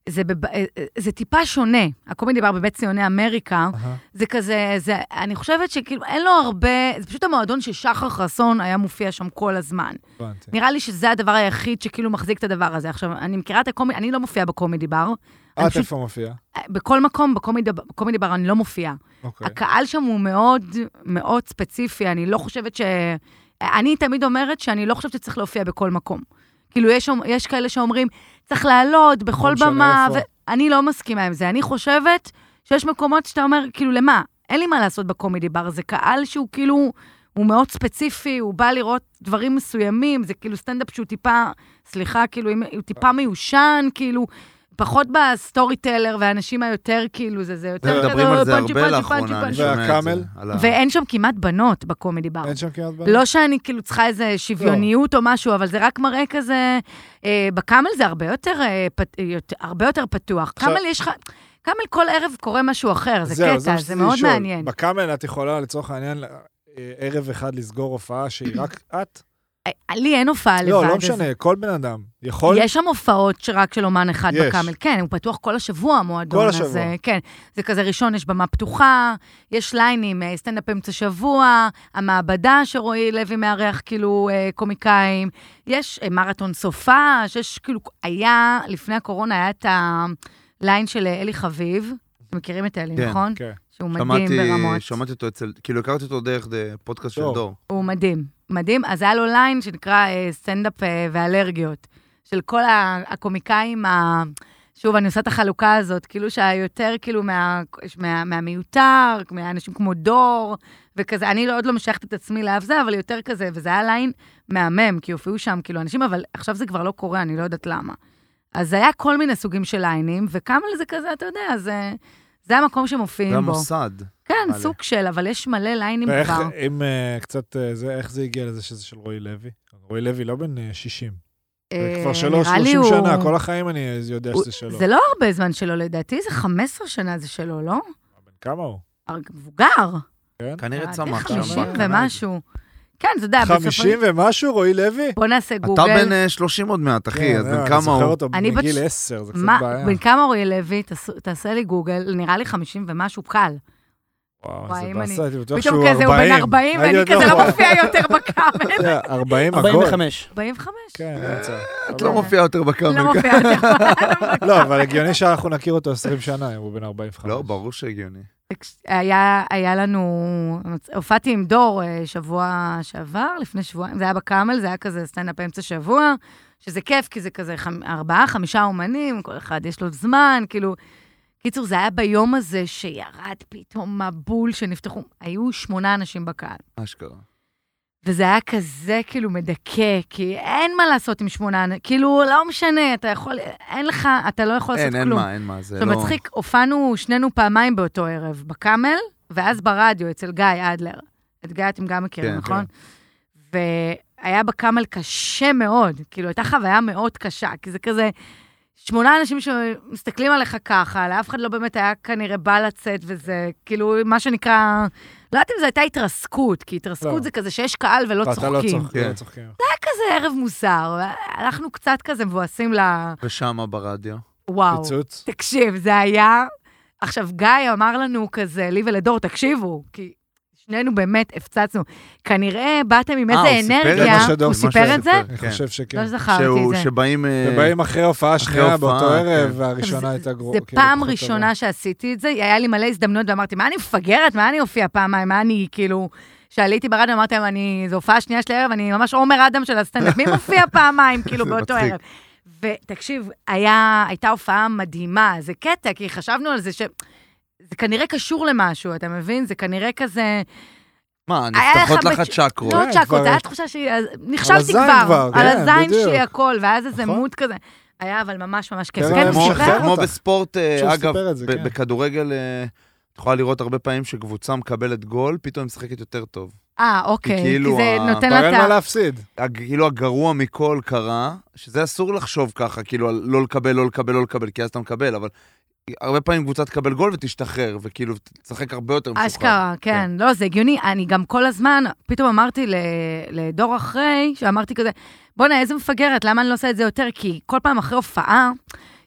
זה טיפה שונה. הקומדי בר בבית ציוני אמריקה, זה כזה, אני חושבת שכאילו אין לו הרבה, זה פשוט המועדון ששחר חסון היה מופיע שם כל הזמן. נראה לי שזה הדבר היחיד שכאילו מחזיק את הדבר הזה. עכשיו, אני מכירה את הקומדי, אני לא מופיעה בקומדי בר. את איפה מופיעה? בכל מקום, בקומדי בר אני לא מופיעה. הקהל שם הוא מאוד מאוד ספציפי, אני לא חושבת אני תמיד אומרת שאני לא חושבת שצריך להופיע בכל מקום. כאילו, יש כאלה שאומרים, צריך לעלות בכל במה, ואני לא מסכימה עם זה. אני חושבת שיש מקומות שאתה אומר, כאילו, למה? אין לי מה לעשות בקומדי בר, זה קהל שהוא כאילו, הוא מאוד ספציפי, הוא בא לראות דברים מסוימים, זה כאילו סטנדאפ שהוא טיפה, סליחה, כאילו, הוא טיפה מיושן, כאילו, פחות בסטורי טלר, והאנשים היותר, כאילו, זה יותר... מדברים על זה הרבה לאחרונה, אני שומע את זה. ואין שם כמעט בנות בקומדי בר. אין שם כמעט בנות? לא שאני כאילו צריכה איזה שוויוניות או משהו, אבל זה רק מראה כזה... בקאמל זה הרבה יותר פתוח. קאמל יש לך... קאמל כל ערב קורה משהו אחר, זה קטע, זה מאוד מעניין. בקאמל את יכולה לצורך העניין ערב אחד לסגור הופעה שהיא רק את? לי אין הופעה לבד. לא משנה, כל בן אדם יכול... יש שם הופעות שרק של אומן אחד בקאמל. כן, הוא פתוח כל השבוע, המועדון הזה. כל השבוע. כן, זה כזה ראשון, יש במה פתוחה, יש ליינים, סטנדאפ אמצע שבוע, המעבדה שרועי לוי מארח כאילו קומיקאים, יש מרתון סופה, שיש כאילו, היה, לפני הקורונה היה את הליין של אלי חביב, אתם מכירים את אלי, נכון? כן. שהוא מדהים ברמות. שמעתי אותו כאילו הכרתי אותו דרך פודקאסט של דור. הוא מדהים, מדהים. אז היה לו ליין שנקרא סטנדאפ ואלרגיות, של כל הקומיקאים, שוב, אני עושה את החלוקה הזאת, כאילו שהיותר כאילו מהמיותר, מהאנשים כמו דור, וכזה, אני עוד לא משייכת את עצמי לאף זה, אבל יותר כזה, וזה היה ליין מהמם, כי הופיעו שם כאילו אנשים, אבל עכשיו זה כבר לא קורה, אני לא יודעת למה. אז היה כל מיני סוגים של ליינים, וכמה לזה כזה, אתה יודע, זה המקום שמופיעים בו. זה המוסד. כן, סוג של, אבל יש מלא ליינים כבר. ואיך, אם קצת, איך זה הגיע לזה שזה של רועי לוי? רועי לוי לא בן 60. זה כבר 30 שנה, כל החיים אני יודע שזה שלו. זה לא הרבה זמן שלו, לדעתי, זה 15 שנה זה שלו, לא? בן כמה הוא? מבוגר. כנראה צמח. 50 ומשהו. כן, אתה יודע, 50 ומשהו, רועי לוי? בוא נעשה גוגל. אתה בן 30 עוד מעט, אחי, אז בן כמה הוא? אני זוכר אותו בגיל 10, זה קצת בעיה. בן כמה רועי לוי, תעשה לי גוגל, נראה לי 50 ומשהו קל. וואו, זה בעשה, הייתי בטוח פתאום שהוא 40. כזה, הוא בן 40, ואני כזה לא מופיע יותר בקאמל. 40 עגול. 45. 45? כן, נמצא. את לא מופיעה יותר בקאמל. לא מופיע יותר. לא, אבל הגיוני שאנחנו נכיר אותו 20 שנה, אם הוא בן 45. לא, ברור שהגיוני. היה לנו, הופעתי עם דור שבוע שעבר, לפני שבוע, זה היה בקאמל, זה היה כזה סטנדאפ אמצע שבוע, שזה כיף, כי זה כזה 4-5 אומנים, כל אחד יש לו זמן, כאילו, קיצור, זה היה ביום הזה שירד פתאום מבול שנפתחו, היו 8 אנשים בקהל. אשכרה. וזה היה כזה כאילו מדכא, כי אין מה לעשות עם 8, כאילו לא משנה, אתה יכול, אין לך, אתה לא יכול לעשות כלום. אין מה, זה לא... מצחיק, הופענו שנינו פעמיים באותו ערב, בקאמל, ואז ברדיו, אצל גיא אדלר. את גיא אתם גם מכירים, נכון? והיה בקאמל קשה מאוד, כאילו הייתה חוויה מאוד קשה, כי זה כזה 8 אנשים שמסתכלים עליך ככה, לאף אחד לא באמת היה כנראה בא לצאת, וזה כאילו מה שנקרא... לא יודעת אם זו הייתה התרסקות, כי התרסקות זה כזה שיש קהל ולא צוחקים. לא צוחקים. זה היה כזה ערב מוסר, הלכנו קצת כזה מבואסים ושמה ברדיו. וואו, פיצוץ. תקשיב, זה היה... עכשיו, גיא אמר לנו כזה, לי ולדור, תקשיבו, כי שנינו באמת הפצצנו. כנראה באתם עם איזה אנרגיה. הוא סיפר את זה? אני חושב שכן. לא זכרתי את זה. שבאים אחרי הופעה שנייה באותו ערב, והראשונה הייתה גרועה. זה פעם ראשונה שעשיתי את זה, היה לי מלא הזדמנות, ואמרתי, מה אני מפגרת? מה אני הופיע פעמיים? מה אני כאילו... שעליתי ברדיו, אמרתי להם, זו הופעה שנייה של הערב, אני ממש עומר אדם של הסטנדאפ. מי מופיע פעמיים, כאילו, באותו ערב? ותקשיב, הייתה הופעה מדהימה, זה קטע, כי חשבנו על זה זה כנראה קשור למשהו, אתה מבין? זה כנראה כזה... מה, נפתחות לך צ'קרות. לא צ'קרות, זה היה תחושה נכשלתי כבר, על הזין שלי הכל, ואז איזה מות כזה. היה אבל ממש ממש כיף. כמו בספורט, אגב, בכדורגל, את יכולה לראות הרבה פעמים שקבוצה מקבלת גול, פתאום משחקת יותר טוב. אוקיי, כי זה נותן לה... אין מה להפסיד. כאילו הגרוע מכל קרה, שזה אסור לחשוב ככה, כאילו לא לקבל, כי אז אתה מקבל, אבל הרבה פעמים קבוצה תקבל גול ותשתחרר, וכאילו תשחק הרבה יותר משוחרר. אשכרה, כן, לא, זה הגיוני. אני גם כל הזמן, פתאום אמרתי לדור אחרי, שאמרתי כזה, בוא'נה, איזה מפגרת, למה אני לא עושה את זה יותר? כי כל פעם אחרי הופעה,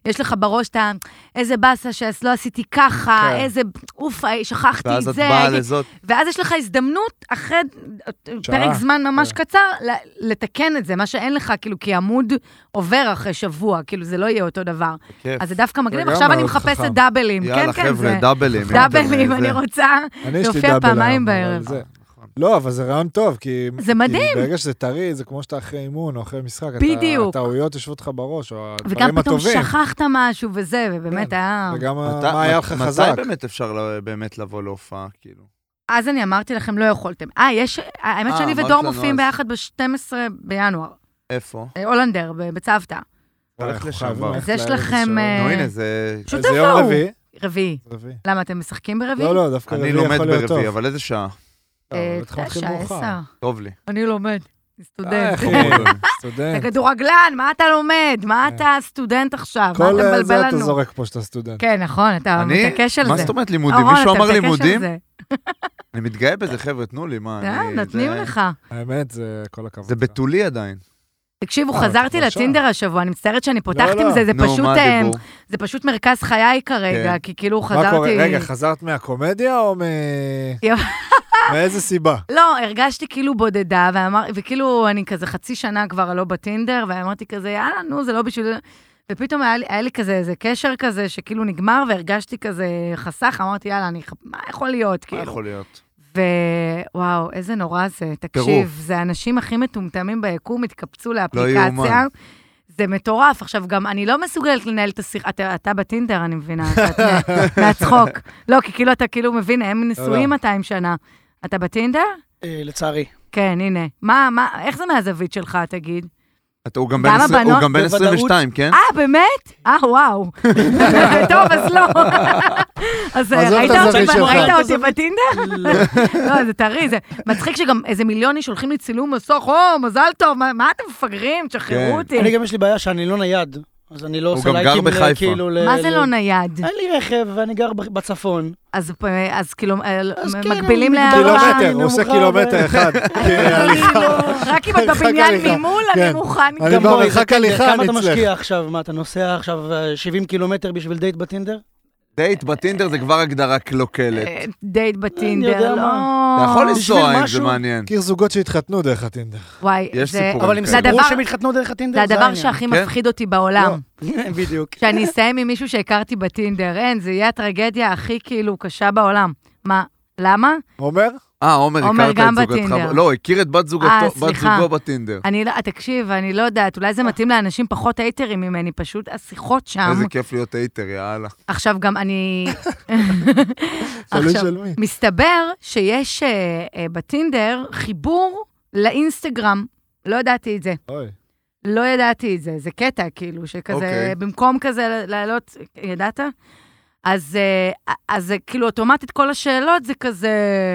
יש לך בראש את איזה באסה שלא עשיתי ככה, כן. איזה, אוף, שכחתי ואז את את זה. באה לזאת. ואז יש לך הזדמנות אחרי שעה. פרק זמן ממש כן. קצר, לתקן את זה, מה שאין לך, כאילו, כי עמוד עובר אחרי שבוע, כאילו, זה לא יהיה אותו דבר. כיף. אז זה דווקא מגניב, וגם עכשיו אני מאוד מחפשת חכם. דאבלים. יאללה, כן, חבר'ה, זה- דאבלים. דאבלים, זה- אני רוצה אני יש לי להופיע דאבל פעמיים היום, אבל בערב. זה- לא, אבל זה רעיון טוב, כי... זה מדהים. כי ברגע שזה טרי, זה כמו שאתה אחרי אימון או אחרי משחק. בדיוק. הטעויות יושבות לך בראש, או וגם הדברים פתאום הטובים. שכחת משהו וזה, ובאמת כן. היה... וגם מתי- מה היה לך מתי חזק. באמת אפשר באמת לבוא להופעה, כאילו? אז אני אמרתי לכם, לא יכולתם. האמת שאני אמרת ודור לנו מופיעים אז. ביחד ב-12 בינואר. איפה? הולנדר, בצוותא. הולך אנחנו לשם חייבים כבר. ללכת אז יש לערב לכם, שעות. נו, הנה, זה... פשוט זה יום תבואו. רביעי? רביעי. רביעי. למה, אתם משחקים ברביעי? לא, לא, דווקא אני רביעי לומד יכול להיות טוב. ברביעי, אבל איזה שעה? בטח מתחיל שעה מאוחר. 10. טוב לי. אני לומד. סטודנט. אחי, אתה סטודנט. כדורגלן, מה אתה לומד? מה אתה סטודנט עכשיו? מה אתה כל מבלבל זה אתה לנו? זורק פה שאתה סטודנט. כן, נכון, אתה אני? מתעקש על זה. מה זאת אומרת לימודים? אורון, מישהו אתה אמר מתעקש על לימודים? זה. אני מתגאה בזה, חבר'ה, תנו לי, מה? אני- נותנים זה- לך. האמת, זה כל הכבוד. זה בתולי עדיין. תקשיבו, אתה חזרתי כבר לטינדר השבוע, אני מצטערת שאני פותחת לא. עם זה, נו, מה הדיבור? זה פשוט מרכז חיי כרגע, כן. כי כאילו מה קורה? חזרתי... רגע, חזרת מהקומדיה או מאיזה סיבה? לא, הרגשתי כאילו בודדה, וכאילו אני כזה חצי שנה כבר לא בטינדר, ואמרתי כזה, יאללה, נו, זה לא בשביל... ופתאום היה לי כזה איזה קשר כזה, שכאילו נגמר, והרגשתי כזה חסך, אמרתי, יאללה, מה יכול להיות? מה כאילו. יכול להיות? ווואו, איזה נורא זה, תקשיב, טירוף. זה האנשים הכי מטומטמים ביקום, התקפצו יאומן. לאפליקציה. זה מטורף. עכשיו, גם אני לא מסוגלת לנהל את השיחה, אתה בטינדר, אני מבינה, אתה מהצחוק. לא, כי כאילו אתה כאילו מבין, הם נשואים 200 שנה. אתה בטינדר? לצערי. כן, הנה. איך זה מהזווית שלך, תגיד? הוא גם גם בן הבנות? 22, כן? באמת? וואו. טוב, אז לא. אז עזוב את הזווית שלך. ראית אותי בטינדר? לא, זה טרי, זה מצחיק שגם איזה מיליון איש הולכים לי צילום מסוך, מזל טוב, מה אתם מפגרים? תשחררו אותי. אני גם יש לי בעיה שאני לא נייד, אז אני לא הוא עושה גם גר לייקים בחיפה. כאילו... מה זה לא נייד? אין לי רכב ואני גר בצפון. אז כאילו, אז כן, מקבילים קילומטר, הוא עושה נמוכה קילומטר אחד. רק אם אתה בבניין הליכה. ממול, אני כן. מוכן. אני גם בואי, במרחק זה הליכה, כמה אני אתה אצלך. משקיע עכשיו? מה, אתה נוסע עכשיו 70 קילומטר בשביל דייט בטינדר? דייט בטינדר זה כבר הגדרה קלוקלת. דייט אני בטינדר, יודע לא. אתה יכול בשביל לנסוע אם זה משהו? מעניין. מכיר זוגות שהתחתנו דרך הטינדר. וואי, יש זה... סיפורים. אבל הם זה זה סיפרו הדבר- שהם התחתנו דרך הטינדר? זה הדבר העניין. שהכי כן. מפחיד אותי בעולם. בדיוק. שאני אסיים עם מישהו שהכרתי בטינדר. אין, זה יהיה הטרגדיה הכי כאילו קשה בעולם. מה? למה? עומר? עומר, עומר הכרת גם את זוגתך. בטינדר. לא, הכיר את בת סליחה. זוגו בטינדר. אני לא, תקשיב, אני לא יודעת, אולי זה מתאים לאנשים פחות הייטרים ממני, פשוט השיחות שם. איזה כיף להיות הייטר, יאללה. עכשיו גם אני... תלוי עכשיו, של מי. מסתבר שיש בטינדר חיבור לאינסטגרם. לא ידעתי את זה. אוי. לא ידעתי את זה. זה קטע, כאילו, שכזה, אוקיי. במקום כזה לעלות, ידעת? אז זה כאילו אוטומטית כל השאלות זה כזה...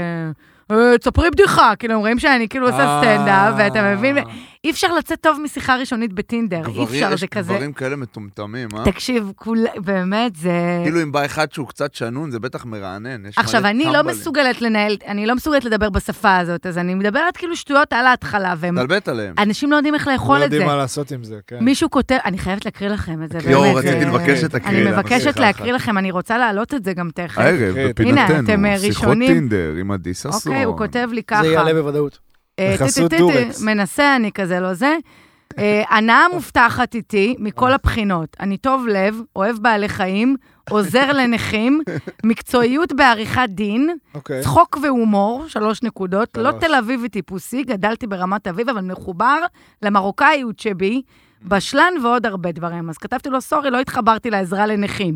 תספרי בדיחה, כאילו, אומרים שאני כאילו עושה סטנדאפ, ואתה מבין, אי אפשר לצאת טוב משיחה ראשונית בטינדר, אי אפשר, זה כזה... יש גברים כאלה מטומטמים, אה? תקשיב, באמת, זה... כאילו אם בא אחד שהוא קצת שנון, זה בטח מרענן. יש עכשיו, מלא אני לא טמבלים. מסוגלת לנהל, אני לא מסוגלת לדבר בשפה הזאת, אז אני מדברת כאילו שטויות על ההתחלה, והם... תלבט עליהם. אנשים לא יודעים איך לא לאכול את יודעים זה. מה לעשות עם זה, כן. מישהו כותב, אני חייבת להקריא לכם את זה, יואו, באמת, רציתי זה- לבקש שתקריא אני לנו מבקשת שיחה להקריא אחת. לכם, אני רוצה להעלות את זה גם תכף. הערב, הנה, בפינתנו, אתם שיחות ראשונים. טינדר עם עדי ששון. אוקיי, הוא כותב לי ככה. זה יעלה בוודאות. בחסות טי, דורקס. מנסה, אני כזה לא זה. הנאה מובטחת איתי מכל הבחינות. אני טוב לב, אוהב בעלי חיים, עוזר לנכים, מקצועיות בעריכת דין, אוקיי. צחוק והומור, 3 נקודות, לא 3. תל אביבי טיפוסי, גדלתי ברמת אביב, אבל מחובר למרוקאיות שבי, בשלן ועוד הרבה דברים. אז כתבתי לו, סורי, לא התחברתי לעזרה לנכים.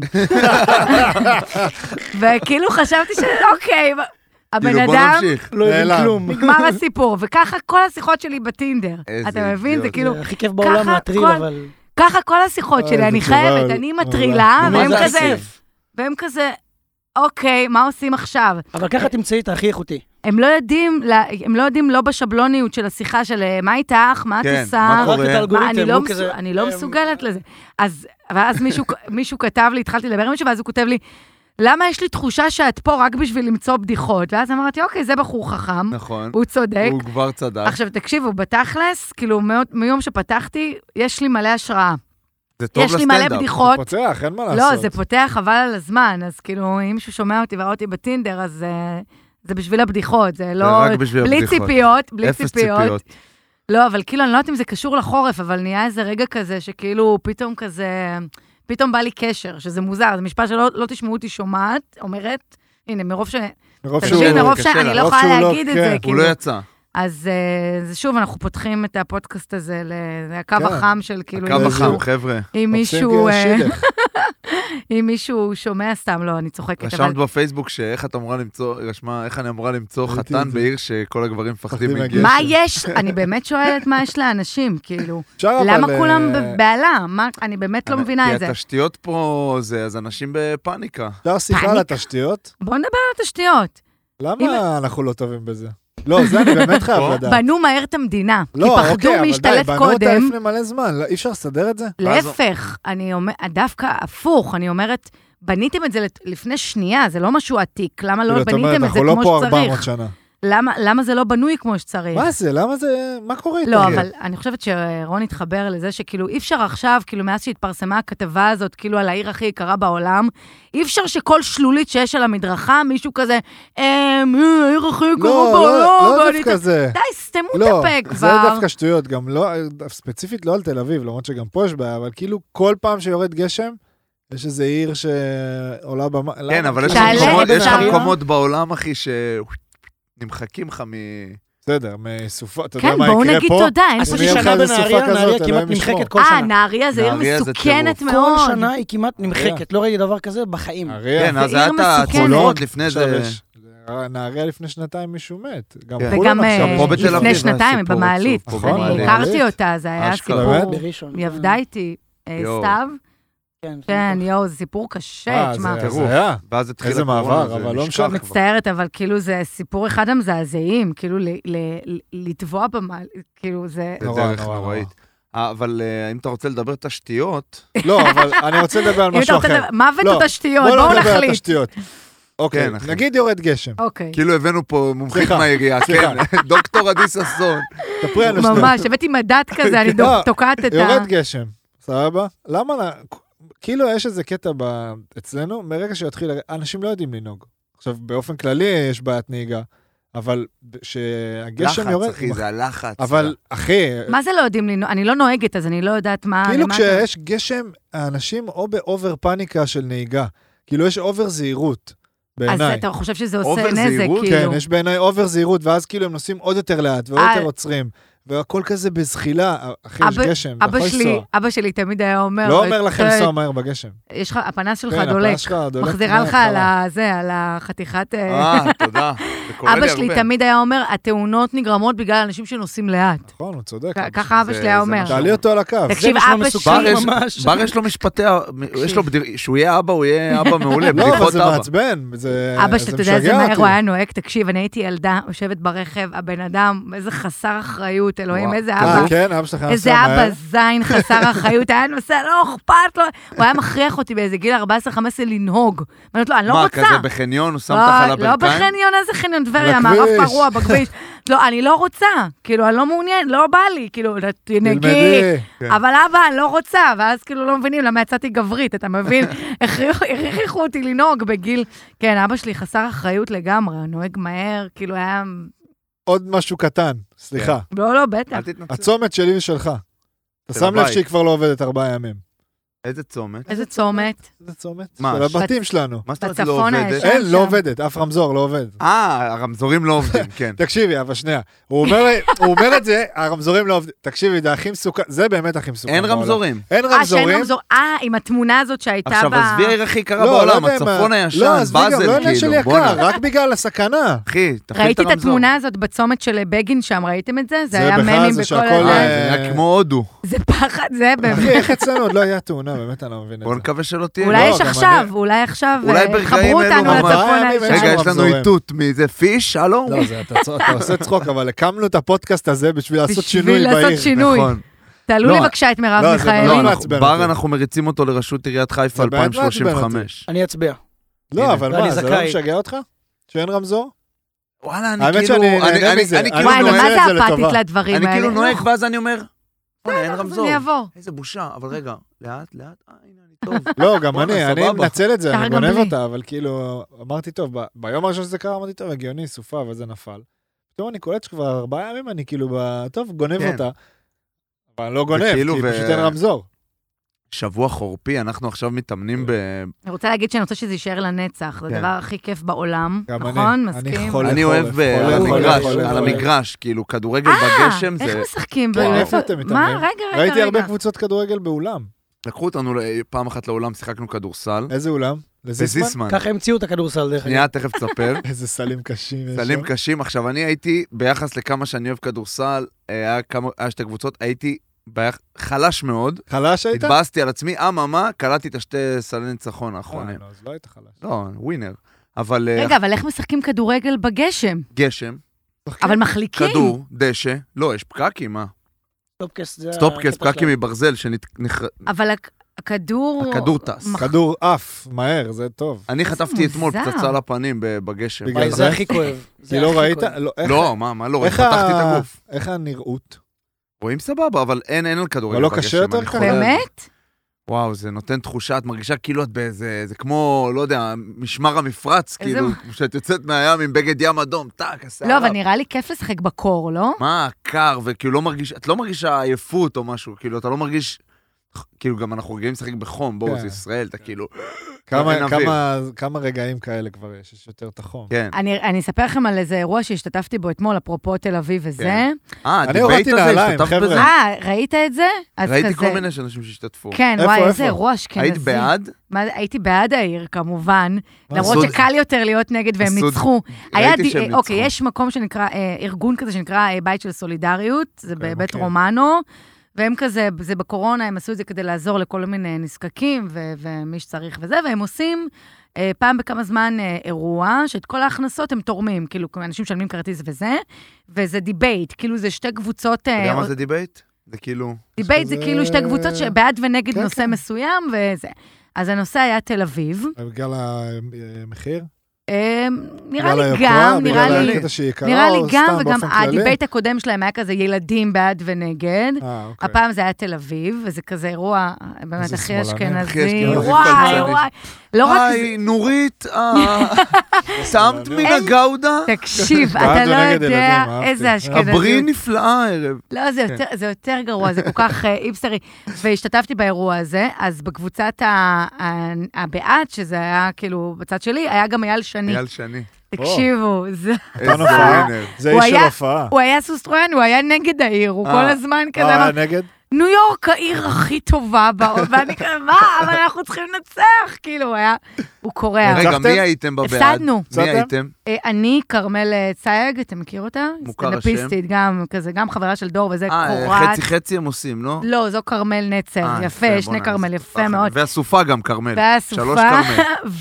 וכאילו חשבתי אוקיי, הבן כאילו, בוא אדם... נמשיך. לא יודעים נעלם. כלום. נגמר הסיפור, וככה כל השיחות שלי בטינדר. איזה אתה מבין? זה אידיוט. כאילו, זה הכי כיף בעולם ככה להטריל, כל- אבל... ככה כל השיחות שלי, איזה אני תשובה חייבת, אני מטרילה, מעולה. והם מה זה כזה, הכיף? והם כזה, אוקיי, מה עושים עכשיו? אבל ככה תמצאי את הכי איכותי. הם לא יודעים לא בשבלוניות של השיחה של מה איתך, מה את כן, עושה. מה רק קורה? את האלגוריתם, אני לא הוא מסו- כזה... אני לא מסוגלת לזה. ואז מישהו כתב לי, התחלתי לדבר עם מישהו, ואז הוא כותב לי, למה יש לי תחושה שאת פה רק בשביל למצוא בדיחות? ואז אמרתי, אוקיי, זה בחור חכם, נכון. הוא צודק. הוא כבר צדק. עכשיו, תקשיבו, בתכלס, כאילו, מיום שפתחתי, יש לי מלא השראה. זה טוב יש לי מלא לסטנדאפ. בדיחות. פותח, אין מה לעשות. לא, זה פותח חבל על הזמן, אז כאילו, אם מישהו שומע אותי וראה אותי בטינדר, אז זה בשביל הבדיחות, זה לא... רק בשביל בלי הבדיחות. ציפיות, בלי אפס ציפיות. לא, אבל כאילו, אני לא יודעת אם זה קשור לחורף, אבל נהיה איזה רגע כזה, שכאילו, פתאום כזה, פתאום בא לי קשר, שזה מוזר, זה משפט שלא תשמעו אותי שומעת, אומרת, הנה, מרוב שאני לא יכולה להגיד את זה, הוא כאילו. לא יצא. אז שוב, אנחנו פותחים את הפודקאסט הזה, זה הקו החם של כאילו... הקו החם, חבר'ה. אם מישהו שומע סתם, לא, אני צוחקת. רשמת בפייסבוק שאיך את אמורה למצוא, איך אני אמורה למצוא חתן בעיר שכל הגברים מפחדים מגשם. מה יש? אני באמת שואלת מה יש לאנשים, כאילו. למה כולם בבעלה? אני באמת לא מבינה את זה. כי התשתיות פה זה, אז אנשים בפאניקה. אפשר שיחה על התשתיות? בוא נדבר על התשתיות. למה אנחנו לא טובים בזה? לא, זה אני באמת חייב לדעת. בנו מהר את המדינה, כי פחדו להשתלט קודם. בנו אותה לפני מלא זמן, אי אפשר לסדר את זה? להפך, אני אומרת, דווקא הפוך, אני אומרת, בניתם את זה לפני שנייה, זה לא משהו עתיק, למה לא בניתם את זה כמו שצריך? אנחנו לא פה 400 שנה. למה זה לא בנוי כמו שצריך? מה זה? למה זה? מה קורה איתה? לא, אבל אני חושבת שרון התחבר לזה שכאילו אי אפשר עכשיו, כאילו מאז שהתפרסמה הכתבה הזאת, כאילו על העיר הכי יקרה בעולם, אי אפשר שכל שלולית שיש על המדרכה, מישהו כזה, העיר הכי יקרה בעולם. לא דווקא זה. די, סתמו את הפה כבר. זה דווקא שטויות, גם לא, ספציפית לא על תל אביב, למרות שגם פה יש בעיה, אבל כאילו כל פעם שיורד גשם, יש איזה עיר שעולה במה. כן, אבל יש מקומות בעולם, אחי, נמחקים לך בסדר, מסופה, אתה כן, יודע מה יקרה פה? בואו נגיד תודה. עשיתי שנה בנהריה, נהריה כמעט נמחקת כל שנה. נהריה זה עיר מסוכנת מאוד. כל שנה היא כמעט נמחקת, לא ראיתי דבר כזה בחיים. כן, אז היה את הצולות לפני זה. נהריה לפני שנתיים מישהו מת. וגם לפני שנתיים, במעלית. אני הכרתי אותה, זה היה סיפור. היא עבדה איתי, סתיו. כן, יואו, זה סיפור קשה, תשמע. ואז התחיל איזה מעבר, אבל לא משנה. מצטערת, אבל כאילו זה סיפור אחד המזעזעים, כאילו לטבוע במעלית, כאילו זה... זה דרך נוראית. אבל אם אתה רוצה לדבר תשתיות... לא, אבל אני רוצה לדבר על משהו אחר. מוות התשתיות, בואו נחליט. אוקיי, נגיד יורד גשם. כאילו הבאנו פה מומחית מהעירייה, כן, דוקטור עדי ששון. ממש, הבאתי מדד כזה, אני תוקעת את ה... יורד גשם, סבבה? למה... כאילו יש איזה קטע אצלנו, מרגע שיתחיל, אנשים לא יודעים לנהוג. עכשיו, באופן כללי יש בעיית נהיגה, אבל שהגשם יורד... לחץ, אחי, זה הלחץ. אבל, אחי... מה זה לא יודעים לנהוג? אני לא נוהגת, אז אני לא יודעת מה... כאילו כשיש גשם, האנשים או באובר פאניקה של נהיגה. כאילו יש אובר זהירות, בעיניי. אז אתה חושב שזה עושה נזק, כאילו. כן, יש בעיניי אובר זהירות, ואז כאילו הם נוסעים עוד יותר לאט, ועוד יותר עוצרים. והכל כזה בזחילה, אחי, יש גשם, אתה יכול לנסוע. אבא שלי תמיד היה אומר... לא אומר לכם לנסוע מהר בגשם. יש לך, הפנס שלך דולק. מחזירה לך על החתיכת... תודה. אבא שלי תמיד היה אומר, התאונות נגרמות בגלל אנשים שנוסעים לאט. נכון, הוא צודק. ככה אבא שלי היה אומר. תעלי אותו על הקו. תקשיב, אבא שלי ממש... בר יש לו משפטי... שהוא יהיה אבא, הוא יהיה אבא מעולה, לא, בדיחות אבל אבא. זה מעצבן, אבא שלי, אתה יודע איזה מהר הוא היה נוהג, תקשיב, אני הייתי ילדה, יושבת ברכב, הבן אדם, איזה חסר אחריות, אלוהים, איזה אבא. כן, אבא שלך איזה אבא זין, חסר אחריות, היה נוסע, לא אכפת לו. הוא היה מכריח אותי באיזה גיל 14-15 לנהוג. ואני אומרת לו, אני לא רוצה. מה, כזה בחניון, הוא שם אותך על הברכיים? לא בחניון, איזה חניון דבריה, מערב פרוע, בכביש. לא, אני לא רוצה. כאילו, אני לא מעוניין, לא בא לי. כאילו, תנהגי. אבל אבא, אני לא רוצה. ואז כאילו לא מבינים למה יצאתי גברית, אתה מבין? הכריחו אותי לנהוג בגיל... כן, אבא שלי חסר אחריות לגמרי, נוהג מהר, כאילו היה... עוד משהו קטן, סליחה. לא, בטח. הצומת שלי ושלך. אתה שם לב שהיא כבר לא עובדת 4 ימים. איזה צומת? איזה צומת? איזה צומת? מה? של הבתים שלנו. מה זאת אומרת לא עובדת? אין, לא עובדת, אף רמזור לא עובד. הרמזורים לא עובדים, כן. תקשיבי, אבל שנייה. הוא אומר את זה, הרמזורים לא עובדים. תקשיבי, זה הכי מסוכן, זה באמת הכי מסוכן. אין רמזורים. אין רמזורים. עם התמונה הזאת שהייתה בה... עכשיו, עזבי העיר הכי יקרה בעולם, הצפון הישן, באזל, כאילו, בוא'נה. רק בגלל הסכנה. אחי, תפעיל את הרמזור. ראיתי את התמונה הזאת בצומת של בגין שם, ראיתם את זה? זה היה ממים בכל... זה היה כמו הודו. זה פחד, זה באמת. אחי, איך אצלנו עוד לא היה תאונה, באמת אני לא מבין את זה. בוא נקווה שלא תהיה. אולי יש עכשיו, אולי עכשיו, חברו אותנו לצפון הישן. רגע, יש לנו איתות מזה, פיש, הלו? לא, אתה עושה צחוק, אבל הקמנו את הפודקאסט הזה בשביל לעשות שינוי בעיר. בשביל לעשות שינוי. תעלו לי בבקשה את מרב מיכאלי. בר אנחנו מריצים אותו לראשות עיריית חיפה 2035. אני אצביע. לא, אבל מה, זה לא משגע אותך? שאין רמזור? וואלה, אני כאילו... וואי, מה זה אפתית לדברים האלה? אני כאילו נוהג ואז אני אומר, אין אז רמזור. אני אעבור. איזה בושה, אבל רגע, לאט, הנה, אני טוב. לא, גם בואנה, אני סבבה. מנצל את זה, אפשר אני גם גונב בלי. אותה, אבל כאילו, אמרתי, טוב, ביום הראשון שזה קרה, אמרתי, טוב, הגיוני, סופה, וזה נפל. פתאום אני קולט שכבר 4 ימים, אני כאילו, טוב, גונב כן. אותה. אבל אני לא גונב, כי וכאילו, פשוט אין רמזור. שבוע חורפי, אנחנו עכשיו מתאמנים אני רוצה להגיד שאני רוצה שזה יישאר לנצח, זה כן. הדבר הכי כיף בעולם, גם נכון? אני מסכים? חולה. אני אוהב על המגרש, כאילו, כדורגל בגשם, איך זה... משחקים? כן, איפה אתם מתאמנים? מה? רגע. ראיתי הרבה קבוצות כדורגל באולם. לקחו אותנו פעם אחת לאולם, שיחקנו כדורסל. איזה אולם? לזיסמן? בזיסמן. ככה המציאו את הכדורסל דרך אגב. שנייה, תכף תספר. איזה סלים קשים. יש סלים שם. קשים. עכשיו, אני הייתי, ביחס לכמה שאני אוהב כדורסל, היה 2 קבוצות, הייתי חלש מאוד. חלש היית? התבאסתי על עצמי, קלעתי את 2 סלי ניצחון האחרונים. לא, אז לא היית חלש. לא, ווינר. אבל רגע, אבל איך משחקים כדורגל בגשם? גשם, אבל מחליקים. כדור, דשא, לא, יש פקקים, מה? סטופקאסט זה... סטופקאסט, הקטע פקקים שלהם. מברזל, אבל הכדור... הכדור טס. כדור עף, מהר, זה טוב. אני חטפתי אתמול מוזר. פצצה לפנים בגשם. בגלל וואי, זה? זה הכי כואב. זה כי לא הכי ראית? כואב. איך- לא, מה לא, איך פתחתי את הגוף. איך הנראות? רואים סבבה, אבל אין על כדורגל אבל לא בגשם. קשה יותר אני ככה? חולה על זה. באמת? וואו, זה נותן תחושה, את מרגישה כאילו את באיזה, זה כמו, לא יודע, משמר המפרץ, איזה- כאילו, שאת יוצאת מהים עם בגד ים אדום, טאק, עשה לא, אבל עליו. נראה לי כיף לשחק בקור, לא? מה, קר, וכאילו לא מרגיש, את לא מרגישה עייפות או משהו, כאילו, אתה לא מרגיש, כאילו, גם אנחנו רגילים לשחק בחום, בואו, כן. זה ישראל, אתה כאילו, כמה- אין אוויר. כמה רגעים כאלה כבר יש יותר את החום. כן. אני אספר לכם על איזה אירוע שהשתתפתי בו אתמול, אפרופו תל אביב וזה. כן. אני דיבייט הורדתי הזה, נעליים, השתתפת חבר'ה. בזה? ראית את זה? אז ראיתי כזה- כל מיני אנשים שהשתתפו. כן, איפה, וואי, איפה? איזה אירוע אשכנזי. היית בעד? הייתי בעד העיר, כמובן, מה, למרות סוד? שקל יותר להיות נגד והם סוד. ניצחו. ראיתי שהם ניצחו. אוקיי, יש מקום שנקרא, ארגון כזה שנקרא בית של סולידריות, זה בבית מכיר. רומנו, והם כזה, זה בקורונה, הם עשו את זה כדי לעזור לכל מיני נזקקים, ומי שצריך וזה, והם עושים פעם בכמה זמן אירוע, שאת כל ההכנסות הם תורמים, כאילו, אנשים משלמים כרטיס וזה דיבייט, כאילו זה 2 קבוצות... אתה יודע מה זה דיבייט? זה כאילו... דיבייט זה כאילו 2 קבוצות שבעד ונגד כן, נושא כן. מסוים, וזה. אז הנושא היה תל אביב. בגלל המחיר? נראה בגלל לי היוקרה? גם, נראה בגלל לי... הקטע שהיא יקרה, נראה לי או גם, סתם וגם באופן כללי? הדיבייט הקודם שלהם היה כזה ילדים בעד ונגד. אוקיי. הפעם זה היה תל אביב, וזה כזה אירוע באמת איזה הכי שמאלני. הכי אשכנזי. אשכנזי, וואי, פלצני. וואי. לא רק זה, היי, נורית, שמת מן הגאודה? תקשיב, בעד אתה לא ונגד יודע ילדים, אהבתי. איזה אשכנזי. הבריא נפלאה הערב. לא, זה יותר גרוע, זה כל כך איפסרי. והשתתפתי באירוע הזה, אז בקבוצת הבעד, שזה היה כאילו בצד שלי, היה גם אייל שני. אייל שני. תקשיבו, זה... איזה הופעה. ווינר. זה הוא איש של היה- הופעה. הוא היה סוס טרויאן, הוא היה נגד העיר, הוא כל הזמן כזה אמר, נגד? ניו יורק העיר הכי טובה בעולם, ואני כזה, מה? אבל אנחנו צריכים לנצח, כאילו, הוא קורע. רגע, ניצחתם? מי הייתם בבעד? הפסדנו. מי הפסדתם? הייתם? אני, כרמל צייג, אתה מכיר אותה? מוכר סטנדאפיסטית, גם כזה, גם חברה של דור, וזה קורעת. חצי חצי הם עושים, לא? לא, זו כרמל נצר, יפה, בוא שני נעשה. כרמל, יפה מאוד. והסופה גם כרמל. 3 והסופה, כרמל.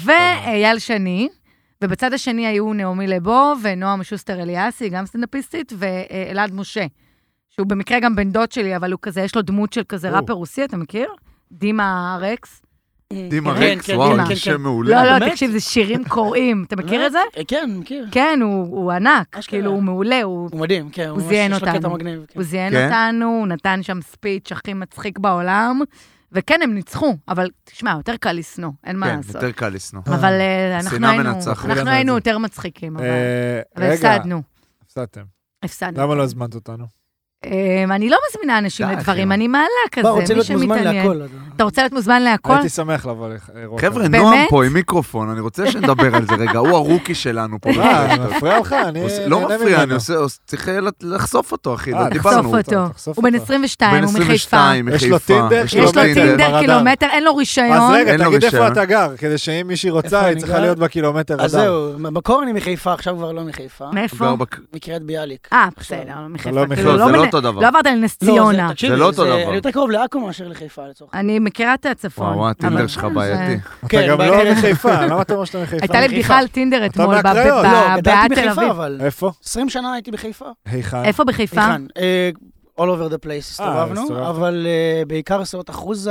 ואייל שני, ובצד השני היו נעמי לבו, ונועם שוסטר אליאסי, גם סטנדאפיסטית, ואלעד משה, שהוא במקרה גם בן דוד שלי, אבל הוא כזה, יש לו דמות של כזה ראפר רוסי, אתה מכיר? דימה רקס. דימה כן, רקס, כן, וואו, כן, איזה כן. שם מעולה. לא, באמת? תקשיב, זה שירים קוראים. אתה מכיר את זה? כן, מכיר. כן, הוא ענק, אשכרה. כאילו, הוא מעולה, הוא הוא מדהים, כן. הוא ממש זיין יש לו קטע אותנו. מגניב, כן. הוא זיין כן? אותנו, הוא נתן שם ספיץ' הכי מצחיק בעולם, וכן, הם ניצחו, אבל תשמע, יותר קל לשנוא, אין מה כן, לעשות. יותר קל לשנוא. אבל אנחנו שנאה היינו, מנצחת. אנחנו היינו יותר מצחיקים, אבל רגע, הפסדנו. הפסדתם. הפסדנו. למה לא הזמנת אותנו? אני לא מזמינה אנשים די, לדברים, אחי. אני מעלה כזה, בוא, רוצה מי להיות מוזמן שמתעניין. להכל. אתה רוצה להיות מוזמן להכל? הייתי שמח לבוא לאירוע כזה. חבר'ה, באמת? נועם פה עם מיקרופון, אני רוצה שנדבר על זה רגע, הוא הרוקי שלנו פה. מה, מפריע לך? אני לא נהנה מפריע, ממנו. צריך לחשוף אותו, אחי, לא לחשוף דיברנו. לחשוף אותו. תחשוף הוא בן אותו. 22, הוא מחיפה. 22, יש לו מחיפה. טינדר? יש לו קילומטר. טינדר ברדאר. קילומטר, אין לו רישיון. אז רגע, אין לו תגיד איפה רישיון. אתה גר, כדי שאם מישהי איפה רוצה, היא אני צריכה גר? להיות בקילומטר אז רדאר. זהו, במקור אני מחיפה, עכשיו כבר לא מחיפה. מאיפה? מקריית ביאליק. בסדר, מחיפה. לא כאילו, מחיפה, זה לא מנ- אותו דבר. לא עברת לנס לא, ציונה. תקשיבי, זה לא אותו דבר. אני יותר קרוב לעכו מאשר לחיפה, לצורך. אני מכירה את הצפון. וואו, הטינדר אבל- שלך זה- בעייתי. אתה כן, גם בעיה. לא מחיפה, למה אתה אומר שאתה מחיפה? הייתה לי מחיפה. בדיחה על טינדר אתמול, מהקריות. לא, גדלתי בעד תל בחיפה, אביב. אבל איפה? 20 שנה הייתי בחיפה. היכן? איפה בחיפה? היכן? All over the place הסתובבנו, הסתובבת. אבל בעיקר עשרות אחוזה,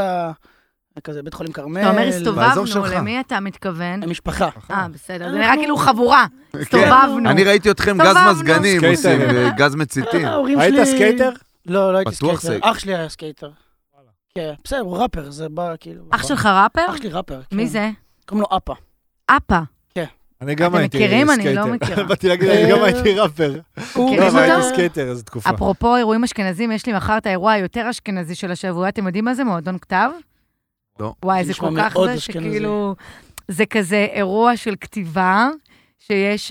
כזה בית חולים כרמל. אתה אומר באזור הסתובבנו, שלך. למי אתה מתכוון? המשפחה. בסדר, זה נראה כאילו חבורה. הסתובבנו. אני ראיתי אתכם גז הסתובבנו. מזגנים סקייטרים. עושים, גז מציתים. ההורים היית שלי- סקייטר? לא הייתי בטוח סקייטר. אח שלי היה סקייטר. כן, בסדר, הוא ראפר, זה בא כאילו... אח שלך ראפר? אח שלי ראפר, כן. מי זה? קוראים לו אפה. אפה. אני גם אתם הייתי מכירים? סקייטר. אני לא מכירה. באתי להגיד, אני גם הייתי ראפר. מכירים לא, אותו? הייתי סקייטר איזו תקופה. אפרופו אירועים אשכנזים, יש לי מחר את האירוע היותר אשכנזי של השבוע. אתם יודעים מה זה? מועדון כתב? לא. וואי, זה נשמע כל כך מאוד זה אשכנזי. שכאילו... זה כזה אירוע של כתיבה, שיש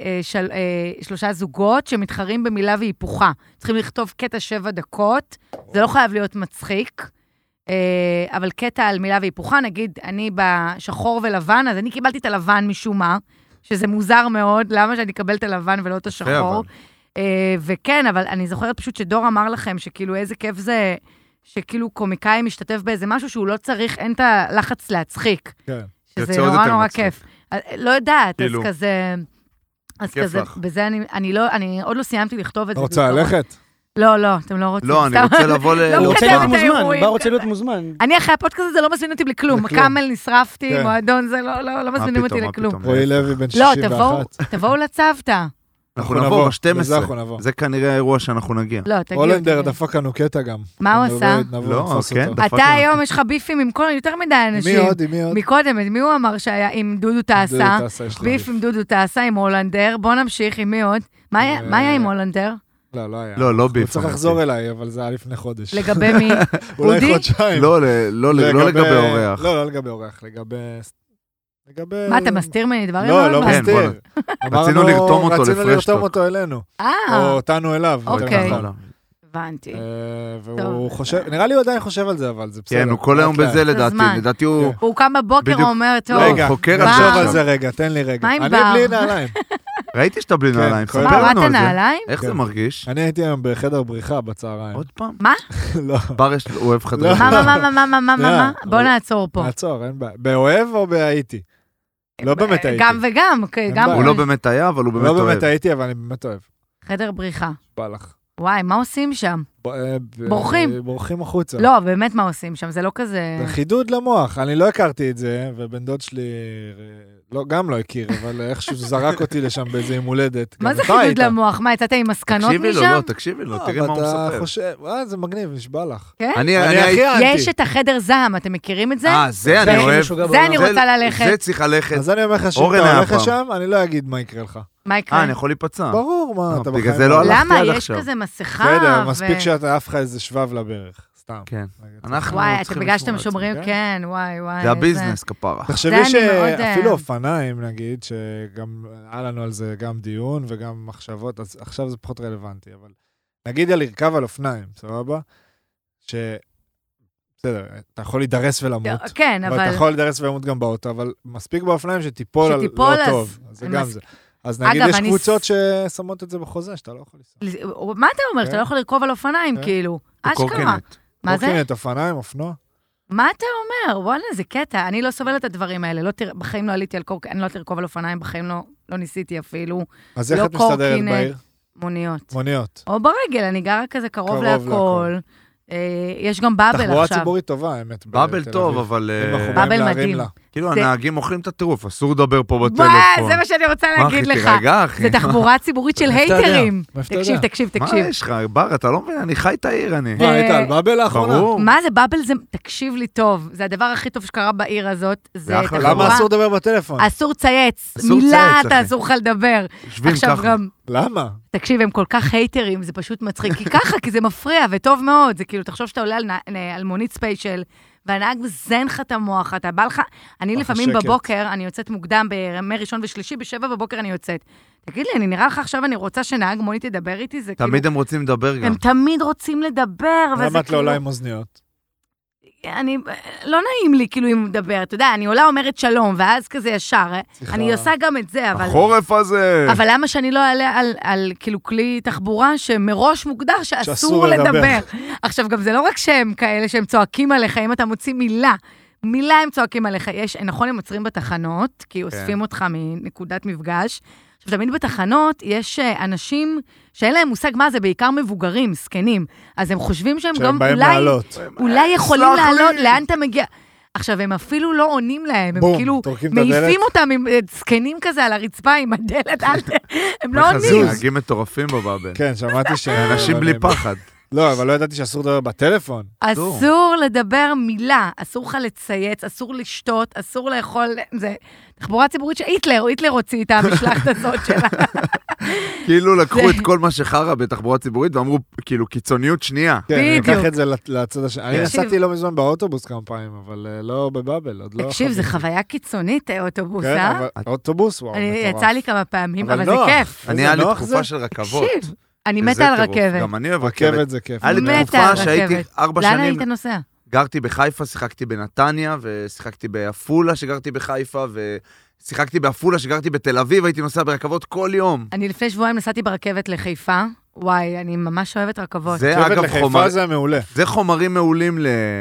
3 זוגות שמתחרים במילה והיפוכה. צריכים לכתוב קטע 7 דקות, זה לא חייב להיות מצחיק, אבל קטע על מילה והיפוכה, נגיד, אני בשחור ולבן, אז אני קיבלתי את הלבן משום מה, שזה מוזר מאוד, למה שאני אקבל את הלבן ולא את השחור. וכן, אבל אני זוכרת פשוט שדור אמר לכם, שכאילו איזה כיף זה, שכאילו קומיקאי משתתף באיזה משהו שהוא לא צריך, אין את הלחץ להצחיק. כן. שזה נורא כיף. לא יודעת, אז כזה... אז כיף כזה, לך. בזה אני עוד לא סיימתי לכתוב את זה. רוצה ללכת? לא, אתם לא רוצים. לא, אני רוצה לבוא לא הוא רוצה להיות מקדם את מוזמן, האירועים. בר רוצה להיות מוזמן. אני אחרי הפודקאסט הזה לא מזמין אותי לכלום. קאמל נשרפתי, כן. מועדון, זה לא מזמינים אותי לכלום. רועי לוי בן לא, 61. תבואו לצוותא. אנחנו נבוא לזה אנחנו ב-12. נבוא. זה כנראה האירוע שאנחנו נגיע. לא, תגיעו. הולנדר דפק לנו קטע גם. מה הוא עשה? לא, כן. אתה היום יש לך ביפים עם כל יותר מדי אנשים. מי עוד? מקודם, מי הוא אמר שהיה עם דודו טסה? ביף עם דודו טסה, עם הולנדר. בוא נמשיך עם מי עוד? מה היה עם הולנדר? לא היה. לא ביף. הוא צריך לחזור אליי, אבל זה היה לפני חודש. לגבי מי? אולי אודי? חודשיים. לא לגבי אורח. לא לגבי אורח, לגבי... מה, אתה מסתיר ממני דברים? לא כן, מסתיר. רצינו לרתום אותו רצינו לפרשטוק. לרתום אותו אלינו. או אותנו אליו. אוקיי. יותר נכון. הבנתי. והוא חושב, נראה לי הוא עדיין חושב על זה, אבל זה בסדר. כן, הוא כל היום בזה לדעתי. לדעתי הוא... הוא קם בבוקר ואומר, טוב, רגע, חוקר נחשוב עכשיו. על זה רגע, תן לי רגע. מה עם אני בר? בלי נעליים. ראיתי שאתה בלי נעליים, ספר מה, לנו הורדת על זה. נעליים? איך זה כן. מרגיש? אני הייתי היום בחדר בריחה בצהריים. עוד פעם? מה? לא. בר הוא אוהב חדרי. לא. מה? בוא נעצור פה. נעצור, אין בעיה. באוהב או בהייתי? לא באמת הייתי. גם וגם. גם הוא לא באמת היה, אבל הוא באמת לא אוהב. באמת הייתי, אבל אני באמת אוהב. חדר בריחה. בא לך. וואי, מה עושים שם? בורחים. בורחים החוצה. לא, באמת מה עושים שם? זה לא כזה... זה חידוד למוח, אני לא הכרתי את זה, ובן דוד שלי גם לא הכיר, אבל איכשהו זרק אותי לשם באיזה יום הולדת. מה זה חידוד למוח? מה, יצאת עם מסקנות משם? תקשיבי לו, תראי מה הוא אתה מספר. חושב, זה מגניב, נשבע לך. כן? אני הכי אנטי. יש את החדר זעם, אתם מכירים את זה? זה אני אוהב. זה אני רוצה ללכת. זה צריך ללכת. אז אני אומר לך שאם אורן אתה היה הולך פעם. לשם, אני לא אגיד מה יקרה לך. מה יקרה? אני יכול להיפצע. ברור, מה, אתה בגלל בחיים. זה לא הלכתי למה? עד יש עכשיו. כזה מסכה. בסדר, מספיק שאתה עף לך איזה שבב לברך. סתם. כן. אנחנו וואי, אתם צריכים בגלל שאתם לשמור על שומרים, כן, וואי. זה הביזנס, כפרה. תחשבי אני מאוד, שאפילו אופניים, נגיד, שגם היה לנו על זה גם דיון וגם מחשבות, אז עכשיו זה פחות רלוונטי, אבל נגיד על לרכב על אופניים, סבבה? בסדר, אתה יכול להידרס ולמות. כן, אבל... אתה אבל... יכול להידרס ולמות גם באוטו, אבל מספיק באופניים שתיפול על שתיפול, לא אז- טוב. אז זה גם מס- זה. אז נגיד אגב, יש אני- קבוצות ששמות את זה בחוזה, שאתה לא יכול לנסוע. מה אתה אומר? כן. שאתה לא יכול לרכוב על אופניים, כן. כאילו? אשכרה. קורקינט. מה זה? קורקינט, אופניים, אופנוע. מה אתה אומר? וואלה, זה קטע. אני לא סובלת את הדברים האלה. בחיים לא עליתי על קורקינט, אני לא תרכוב על אופניים, בחיים לא ניסיתי אפילו. אז איך לא את מסתדרת קורקינט. בעיר? מוניות. מוניות. או ברגל, אני גרה כזה קרוב קרוב להכל. להכל. יש גם באבל תחבורה עכשיו. ציבורית טובה, האמת. באבל בתל טוב, אביב. אבל... אם אנחנו באבל באים להרים מדהים. לה. כאילו, זה- הנהגים אוכלים את הטירוף, אסור לדבר פה וואי, בטלפון. זה מה שאני רוצה מה, להגיד אחי, לך. תירגע, אחי. זה תחבורה ציבורית של מאיפה אתה יודע? הייטרים. מאיפה אתה תקשיב, יודע? תקשיב, מה תקשיב. יש לך, בר, אתה לא מבין, אני חי את העיר, אני. מה, היית על באבל לאחרונה? ברור. מה זה באבל זה, תקשיב לי טוב, זה הדבר הכי טוב שקרה בעיר הזאת, זה זה אחלה. תחבורה. למה אסור לדבר בטלפון? אסור צייץ, אסור מילה צייץ, אתה אחי. אסור לך לדבר. יושבים עכשיו ככה. גם, למה? תקשיב, הם כל כך הייטרים, זה פשוט מצחיק, כי ככה, כי זה מפריע, וטוב מאוד, זה כאילו, תחשוב שאתה עולה על מונית ספיישל, והנהג מזן לך את המוח, אתה בא לך, אני לפעמים שקט. בבוקר, אני יוצאת מוקדם בימי ראשון ושלישי, ב7 בבוקר אני יוצאת. תגיד לי, אני נראה לך עכשיו, אני רוצה שנהג מונית ידבר איתי, זה כאילו, תמיד הם רוצים לדבר גם. הם תמיד רוצים לדבר, וזה למה את לא כאילו, עולה עם אוזניות? לא נעים לי כאילו אם הוא מדבר, אתה יודע, אני עולה אומרת שלום, ואז כזה ישר, סליחה. אני עושה גם את זה, אבל... החורף הזה. אבל למה שאני לא אעלה על כאילו כלי תחבורה שמראש מוגדר שאסור שאסור לדבר. לדבר? עכשיו, גם זה לא רק שהם כאלה שהם צועקים עליך, אם אתה מוציא מילה הם צועקים עליך. נכון, הם עוצרים בתחנות, כי אוספים אותך מנקודת מפגש. עכשיו, תמיד בתחנות יש אנשים שאין להם מושג מה זה, בעיקר מבוגרים, זקנים. אז הם חושבים שהם גם באים אולי... לעלות. אולי יכולים סלח לי. לעלות, לאן אתה מגיע? עכשיו, הם אפילו לא עונים להם, הם בום, כאילו טורקים את הדלת. מעיפים אותם עם זקנים כזה על הרצפה עם הדלת, הם לא זה עונים. נהגים מטורפים בבאבל. כן, שמעתי ש... אנשים בלי פחד. לא, אבל לא ידעתי שאסור לדבר בטלפון. אסור לדבר מילה, אסור לך לצייץ, אסור לשתות, אסור לאכול, זה תחבורה ציבורית שהיטלר הוציא את המשלחת הזאת שלה. כאילו לקחו את כל מה שחרה בתחבורה ציבורית ואמרו, כאילו, קיצוניות שנייה. כן, אני בדיוק. אקח את זה לצד השני. אני נסעתי לא מזמן באוטובוס כמה פעמים, אבל לא בבאבל, עוד לא... תקשיב, זה חוויה קיצונית, אוטובוס, כן, אבל אוטובוס, וואו, מטורף. יצא לי כמה פעמים, אבל אבל זה נוח. כיף. אני היה לי נוח תקופה זה? של רכבות. תקשיב, אני וזה מתה על טירוף. רכבת. גם אני אוהב רכבת. רכבת זה כיף. היה לי מתה תקופה על שהייתי רכבת. 4 לאן שנים, היית נוסע? גרתי בחיפה, שיחקתי בנתניה, ושיחקתי בעפולה שגרתי בחיפה, ושיחקתי בעפולה שגרתי בתל אביב, הייתי נוסע ברכבות כל יום. אני לפני שבועיים נסעתי ברכבת לחיפה. וואי, אני ממש אוהבת רכבות. זה רכבת אגב לחיפה זה מעולה. זה חומרים מעולים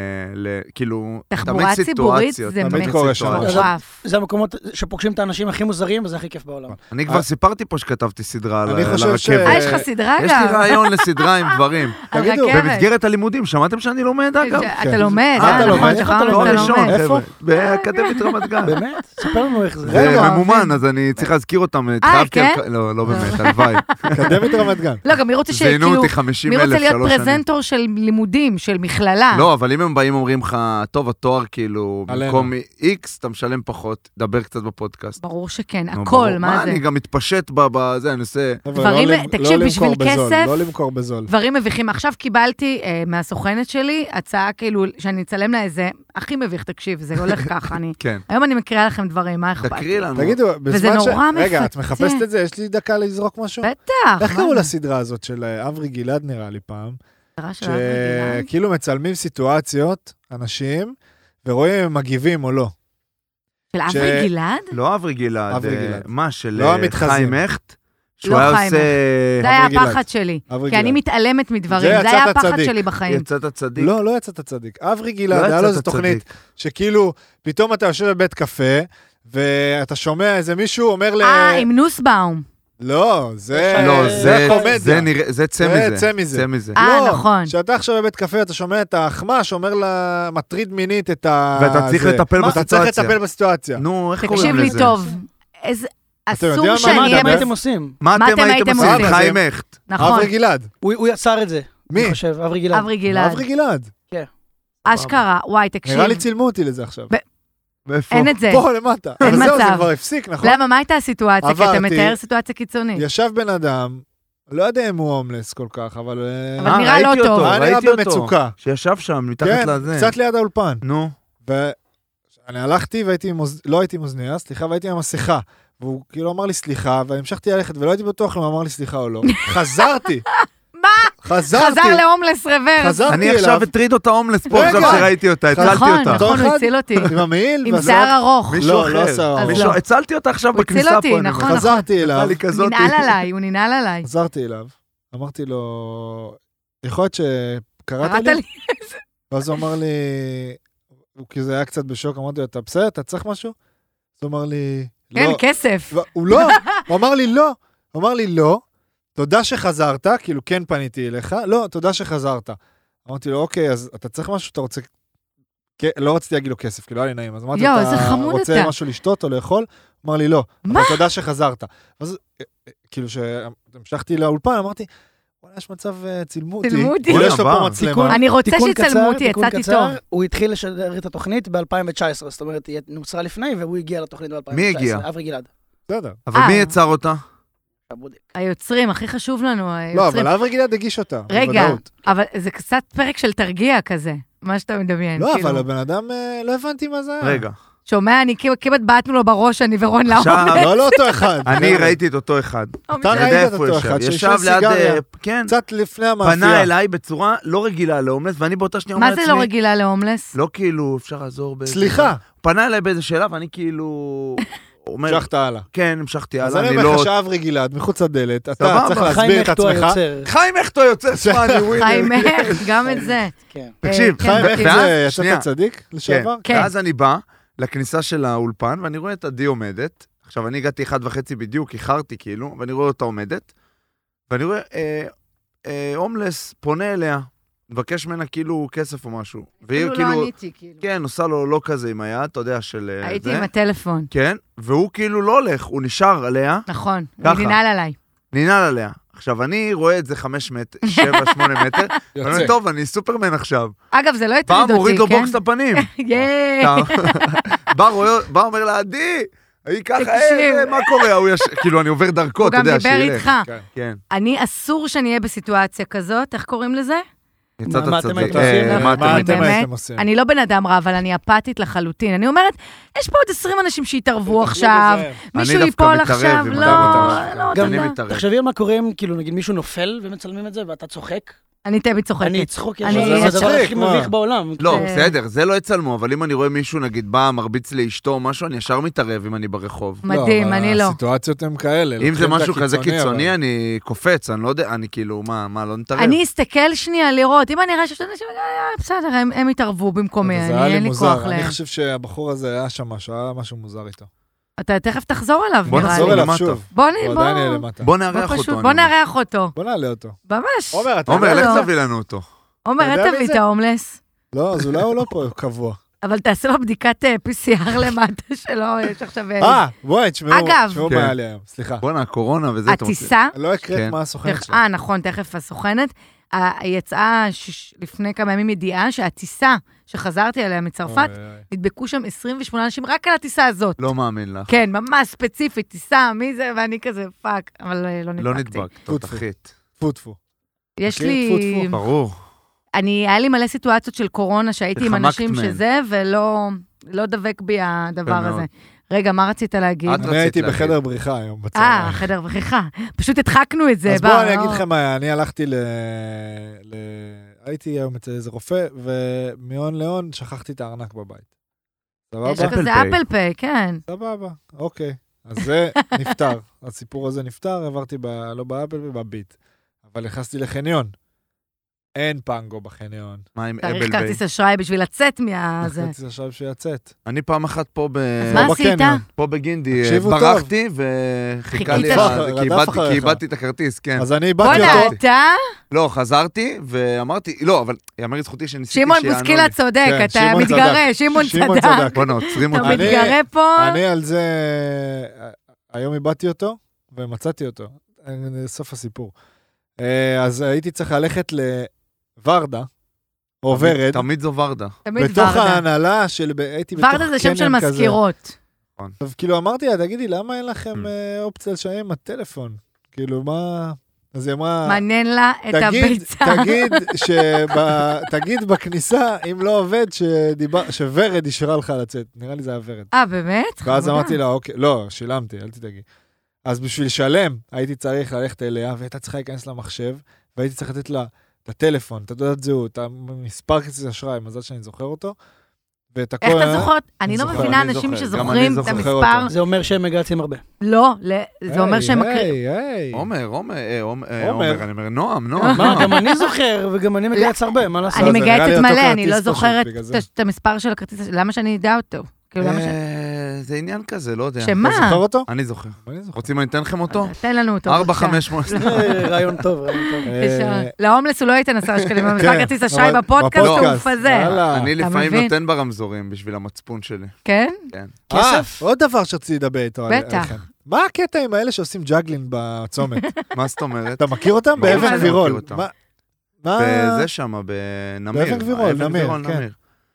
כאילו, תחבורה תמיד ציבורית סיטואציות, זה תמיד קורה שם. מטורף. זה המקומות שפוגשים את האנשים הכי מוזרים, וזה הכי כיף בעולם. אני כבר סיפרתי פה שכתבתי סדרה על אני חושב הרכבת. יש לך סדרה יש גם? לי רעיון לסדרה עם דברים. על תגידו, רכבת. במסגרת הלימודים, שמעתם שאני לומד אגב? אתה לומד, אתה לומד? נכון, איך שכחנו אתה תואר שאתה ראשון, לומד. איפה? חבר'ה, באקדמית רמת גן. באמת? ספר לנו איך זה. זה רגע, ממומן, אז אני צריך להזכיר אותם. התחייבתי על- כן? לא באמת, הלוואי. אקדמית רמת גן. לא, גם מי רוצה זיינו שכאילו, אותי 50,000 מי רוצה להיות 3 שנים. פרזנטור של לימודים, של מכללה? לא, אבל אם הם באים אומרים לך, טוב, התואר כאילו, עלינו. במקום X, אתה משלם פחות, דבר קצת בפודקאסט. ברור שכן, נו, הכל, ברור. מה זה? אני גם מתפשט בזה, אני עושה... דברים- לא תקשיב, למכור בשביל בזול, כסף- לא למכור בזול. דברים מביכים. עכשיו קיבלתי מהסוכנת שלי הצעה כאילו, שאני אצלם לה איזה, הכי מביך, תקשיב, זה הולך ככה, כן. היום אני מקריאה לכם דברים, מה אכפת? תקריא לנו. תגידו, בזמן נורא רגע, את מפתה. מחפשת את זה? יש לי דקה לזרוק משהו? בטח. איך מה קראו זה? לסדרה הזאת של אברי גלעד נראה לי פעם? סדרה של אברי גלעד? שכאילו מצלמים סיטואציות, אנשים, ורואים אם הם מגיבים או לא. של אברי גלעד? לא אברי גלעד. אברי גלעד. מה, של לא המתחזים. חיים הכט? שהוא לא היה חיים עושה... זה היה אברי גלעד. הפחד שלי. אברי כי אני גלעד. מתעלמת מדברים. זה זה היה יצאת הפחד צדיק. שלי בחיים. יצאת צדיק. לא, לא יצאת צדיק. אברי גלעד, לא היה לו יצאת איזו תוכנית, צדיק. שכאילו, פתאום אתה יושב בבית קפה, ואתה שומע איזה מישהו אומר עם נוסבאום. לא, זה לא, זה קומדיה. זה צא זה מזה. צא מזה. צא מזה. לא, נכון. שאתה עכשיו בבית קפה, אתה שומע את האחמה שאומר לה, מטריד מינית את ה... ואתה צריך זה. לטפל אתה צריך בסיטואציה. לטפל בסיטואציה. נו, איך קוראים תקשיב לזה? לי טוב. יודע אסור מה שאני אני אהיה... מה מדבר? הייתם עושים? מה מה אתם הייתם עושים? עושים? חיים הכט. נכון, אברי גלעד. הוא יצר את זה. מי? אני חושב, אברי גלעד. אברי גלעד. אברי גלעד. אשכרה, וואי, תקשיב. נראה לי צילמו אותי לזה עכשיו. ואיפה? אין את זה. פה למטה. אין אבל זהו, זה מצב. כבר הפסיק, נכון? למה, מה הייתה הסיטואציה? כי אתה עברתי. מתאר סיטואציה קיצונית. ישב בן אדם, לא יודע אם הוא הומלס כל כך, אבל... אבל נראה לא ראיתי טוב. אותו, היה נראה ראיתי אותו. במצוקה. שישב שם, מתחת כן, לזה. קצת ליד האולפן. נו. ואני הלכתי והייתי לא הייתי עם אוזניה, סליחה, והייתי עם המסכה. והוא כאילו אמר לי סליחה, והמשכתי ללכת, ולא הייתי בטוח אם הוא אמר לי סליחה או לא. חזרתי. מה? חזרתי. חזר להומלס רוורס. חזרתי אני אליו. עכשיו הטריד אותה הומלס פה, רגע. עכשיו שראיתי אותה, הצלתי נכון, אותה. נכון, הוא אחד? הציל אותי. עם המעיל. עם וזה- שיער ארוך. מישהו לא, לא אחר. שיער ארוך. מישהו- לא. הצלתי אותה עכשיו הוא הציל בכניסה אותי, פה. אני נכון, אומר. חזרתי אליו. היה לי הוא כזאת. ננעל עליי, הוא ננעל עליי. חזרתי אליו. אמרתי לו, יכול להיות שקראת קראת לי? לי? ואז הוא אמר לי, הוא כזה היה קצת בשוק, אמרתי לו, אתה בסדר? אתה צריך משהו? אז הוא אמר לי, כן, לא. כסף. הוא לא, הוא אמר לי לא. הוא אמר לי לא, תודה שחזרת, כאילו כן פניתי אליך, לא, תודה שחזרת. אמרתי לו, אוקיי, אז אתה צריך משהו, אתה רוצה... לא רציתי להגיד לו כסף, כאילו היה לי נעים, אז אמרתי, יואו, איזה חמוד אתה רוצה אתה. משהו לשתות או לאכול? הוא אמר לי לא, מה? אבל תודה שחזרת. אז כאילו שהמשכתי לאולפן, אמרתי, וואלה, יש מצב, צילמו אותי. צילמו אותי. כאילו, יש לו וואלה, פה מה? מצלמה. אני רוצה תיקון שיצלמו קצר, אותי, תיקון יצאתי קצר, טוב. הוא התחיל לשדר את התוכנית ב-2019, זאת אומרת, היא נוצרה לפני, והוא הגיע לתוכנית ב-2019. מי הגיע? אברי גלעד. בסדר. אבל מי יצר אותה? הבודק. היוצרים, הכי חשוב לנו, לא, היוצרים. אבל אברי גלעד הגיש אותה. רגע, בוודאות. אבל זה קצת פרק של תרגיע כזה, מה שאתה מדמיין. לא, כאילו. אבל הבן אדם, לא הבנתי מה זה היה. רגע. שומע, אני כמעט בעטנו לו בראש, אני ורון לאום. עכשיו, לא לאותו אחד. אני ראיתי את אותו אחד. אתה אתה יודע ראית את איפה אותו ישב. אחד, ישב שישב ליד... סיגריה. כן. קצת לפני המאפייה. פנה אליי בצורה לא רגילה להומלס, ואני באותה שנייה אומר מה לעצמי... זה לא רגילה להומלס? לא כאילו, אפשר לעזור באיזה... סליחה. פנה אליי באיזה שאלה, ואני כאילו... אומר, המשכת הלאה. כן, המשכתי אז הלאה, אני אני אומר לא... לך שאברי גלעד, מחוץ לדלת, אתה סבבה, צריך חיים להסביר את הכטו עצמך. היוצר. חיים הכטו יוצא, שמע, אני ווינר. חיים איך, גם את זה. כן. תקשיב, כן, חיים, איך ואז- זה, שנייה. יצאת צדיק לשעבר? כן. ואז אני בא לכניסה של האולפן, ואני רואה את עדי עומדת. עכשיו, אני הגעתי 1:30 בדיוק, איחרתי כאילו, ואני רואה אותה עומדת, ואני רואה הומלס פונה אליה, מבקש ממנה כאילו כסף או משהו. והיא כאילו לא כאילו, עניתי, כאילו. כן, עושה לו לא כזה עם היד, אתה יודע, של הייתי זה. עם הטלפון, כן, והוא כאילו לא הולך, הוא נשאר עליה, נכון. ככה. הוא ננעל עליי. ננעל עליה. עכשיו, אני רואה את זה 5 מטר, 7-8 מטר, ואני אומר, טוב, אני סופרמן עכשיו. אגב, זה לא הטריד בא, אותי, מוריד לו כן? בוקס לפנים. ייי. בא, אומר לה, עדי, היא ככה, תקשיב. מה קורה? כאילו, אני עובר דרכו, הוא אתה גם יודע, דיבר איתך. כן. אני, אסור שאני אהיה בסיטואציה כזאת, איך קוראים לזה? יצאת מה אתם צודק. הייתם עושים? מה אתם מה הייתם אתם באמת? הייתם עושים? אני לא בן אדם רע, אבל אני אפתית לחלוטין. אני אומרת, יש פה עוד 20 אנשים שיתערבו עכשיו, מישהו אני דווקא ייפול מתערב עכשיו, אם לא, אתה לא, גם תודה. מתערב. תחשבי על מה קורה אם, כאילו, נגיד מישהו נופל ומצלמים את זה, ואתה צוחק. אני תמיד צוחקת. אני אצחוק, אני- זה הדבר הכי מה? מביך בעולם. לא, זה- בסדר, זה לא יצלמו, אבל אם אני רואה מישהו, נגיד, בא, מרביץ לאשתו או משהו, אני ישר מתערב אם אני ברחוב. מדהים, אני לא. הסיטואציות הן כאלה. אם זה לוקחים את משהו כזה הקיצוני, קיצוני, אבל- אני קופץ, אני לא יודע, אני כאילו, מה, לא נתערב? אני אסתכל שנייה לראות, אם אני אראה שיש אנשים, בסדר, הם יתערבו במקומי, אבל זה היה אני לי אין לי מוזר. כוח אני להם. חושב שהבחור הזה היה שם משהו, היה משהו מוזר איתו. אתה תכף תחזור אליו, בוא נראה נחזור לי. אליו. אליו למטה. שוב. בוא הוא עדיין יהיה למטה. בוא נארח פשוט, אותו. בוא אני אומר. נארח אותו. בוא נעלה אותו. ממש. עומר, אתה עומר, יודע? לך לא. תביא לנו אותו. עומר, אתה אל יודע תביא מי את זה? ההומלס. לא, אז אולי הוא לא פה קבוע. אבל תעשה לו בדיקת PCR למטה שלו, יש עכשיו... בואי, תשמעו אגב. תשמעו כן. מה היה לי היום, סליחה. בואנה, הקורונה וזה, אתה רוצה. הטיסה, לא הקראת כן. מה הסוכנת שלי. נכון, תכף הסוכנת, יצאה לפני כמה ימים ידיעה שהטיסה שחזרתי עליה מצרפת, אוי, אוי. נדבקו שם 28 אנשים רק על הטיסה הזאת. לא מאמין לך. כן, ממש ספציפית, טיסה, מי זה, ואני כזה, פאק, אבל לא לא נדבקתי. נדבק, טפו, תותחית. טפו טפו. יש מכיר? לי... טפו, טפו. ברור. היה לי מלא סיטואציות של קורונה שהייתי עם וחמקת אנשים מהן. שזה, ולא דבק בי הדבר יפה הזה. מאוד. רגע, מה רצית להגיד? את אני רצית הייתי להגיד. בחדר בריחה היום בצהריים. חדר בריחה. פשוט הדחקנו את זה. אז בא, בואו אני לא- אגיד לכם מה היה, אני הלכתי הייתי היום אצל איזה רופא, ומהון להון שכחתי את הארנק בבית. יש סבבה? כזה פיי. אפל פיי, כן. סבבה, אוקיי. אז זה נפטר. הסיפור הזה נפטר, עברתי לא באפל ובביט. אבל נכנסתי לחניון. אין פנגו בחניון. מה עם צריך אבל ביי? כרטיס אשראי בשביל לצאת מהזה. נכנסתי עכשיו שיצאת. אני פעם אחת פה אז מה עשית? בקניון. פה בגינדי, תקשיבו טוב. ברחתי וחיכה חיכית לי, לו. רדף אחריך. כי איבדתי את הכרטיס, כן. אז אני איבדתי בוא'נה, אותו. אתה? לא, חזרתי ואמרתי, לא, אבל יאמר לזכותי שניסיתי שמעון שיענו בוסקילה לי. צודק, כן, אתה שמעון מתגרה, צדק. שמעון שמעון צדק. צדק. בוא'נה, עוצרים אתה אותי. אני- מתגרה פה? אני על זה, היום איבדתי אותו, ומצאתי אותו. סוף הסיפור. אז הייתי צריך ללכת לוורדה, או ורד, תמיד זו ורדה. תמיד בתוך ורדה. ההנהלה של, הייתי בתוך ורדה זה שם של קניון כזה. מזכירות. עכשיו, כאילו אמרתי לה, תגידי, למה אין לכם אופציה לשלם עם הטלפון? כאילו, מה... אז היא אמרה, מעניין לה את הביצה. תגיד בכניסה, אם לא עובד, שוורד אישרה לך לצאת. נראה לי זה היה ורד. באמת? ואז חמודה. אמרתי לה, אוקיי, לא, שילמתי, אל תדאגי. אז בשביל לשלם, הייתי צריך ללכת אליה, והייתה צריכה להיכנס למחשב, והייתי צריך לתת לה את הטלפון, את תעודת זהות, המספר כרטיס אשראי, מזל שאני זוכר אותו, ואת הכל... איך אתה זוכר? אני לא זוכר, מבינה אני אנשים זוכר, גם שזוכרים אני את זוכר המספר. אותו. זה אומר שהם מגלצים הרבה. לא, זה אומר שהם... היי. עומר, אני אומר, נועם. מה, גם אני זוכר, וגם אני מגלץ הרבה, מה לעשות? אני זה נראה לי מגייסת אותו מלא, אני כרטיס לא פשוט, זוכרת בגלל זה. את המספר של הכרטיס, למה שאני אדע אותו? כאילו, למה ש... זה עניין כזה, לא יודע. שמה? אתה זוכר אותו? אני זוכר. אני זוכר. רוצים אני אתן לכם אותו? תן לנו אותו. 4, בבקשה. 5, 8. רעיון טוב, רעיון טוב. להומלס הוא לא ייתן 10 שקלים, אבל כן, כרטיס אשראי אבל בפודקאסט הוא בפודקאסט, מפזר. יאללה. אני אתה לפעמים מבין? נותן ברמזורים בשביל המצפון שלי. כן? כן. כסף? עוד דבר שרציתי לדבר איתו. בטח. עליכם. מה הקטע עם האלה שעושים ג'אגלין בצומת? מה זאת אומרת? אתה מכיר אותם? ברור באבן שאני גבירול. מכיר אותם. מה? וזה שם, בנמיר. באבן גבירול, נמיר, כן.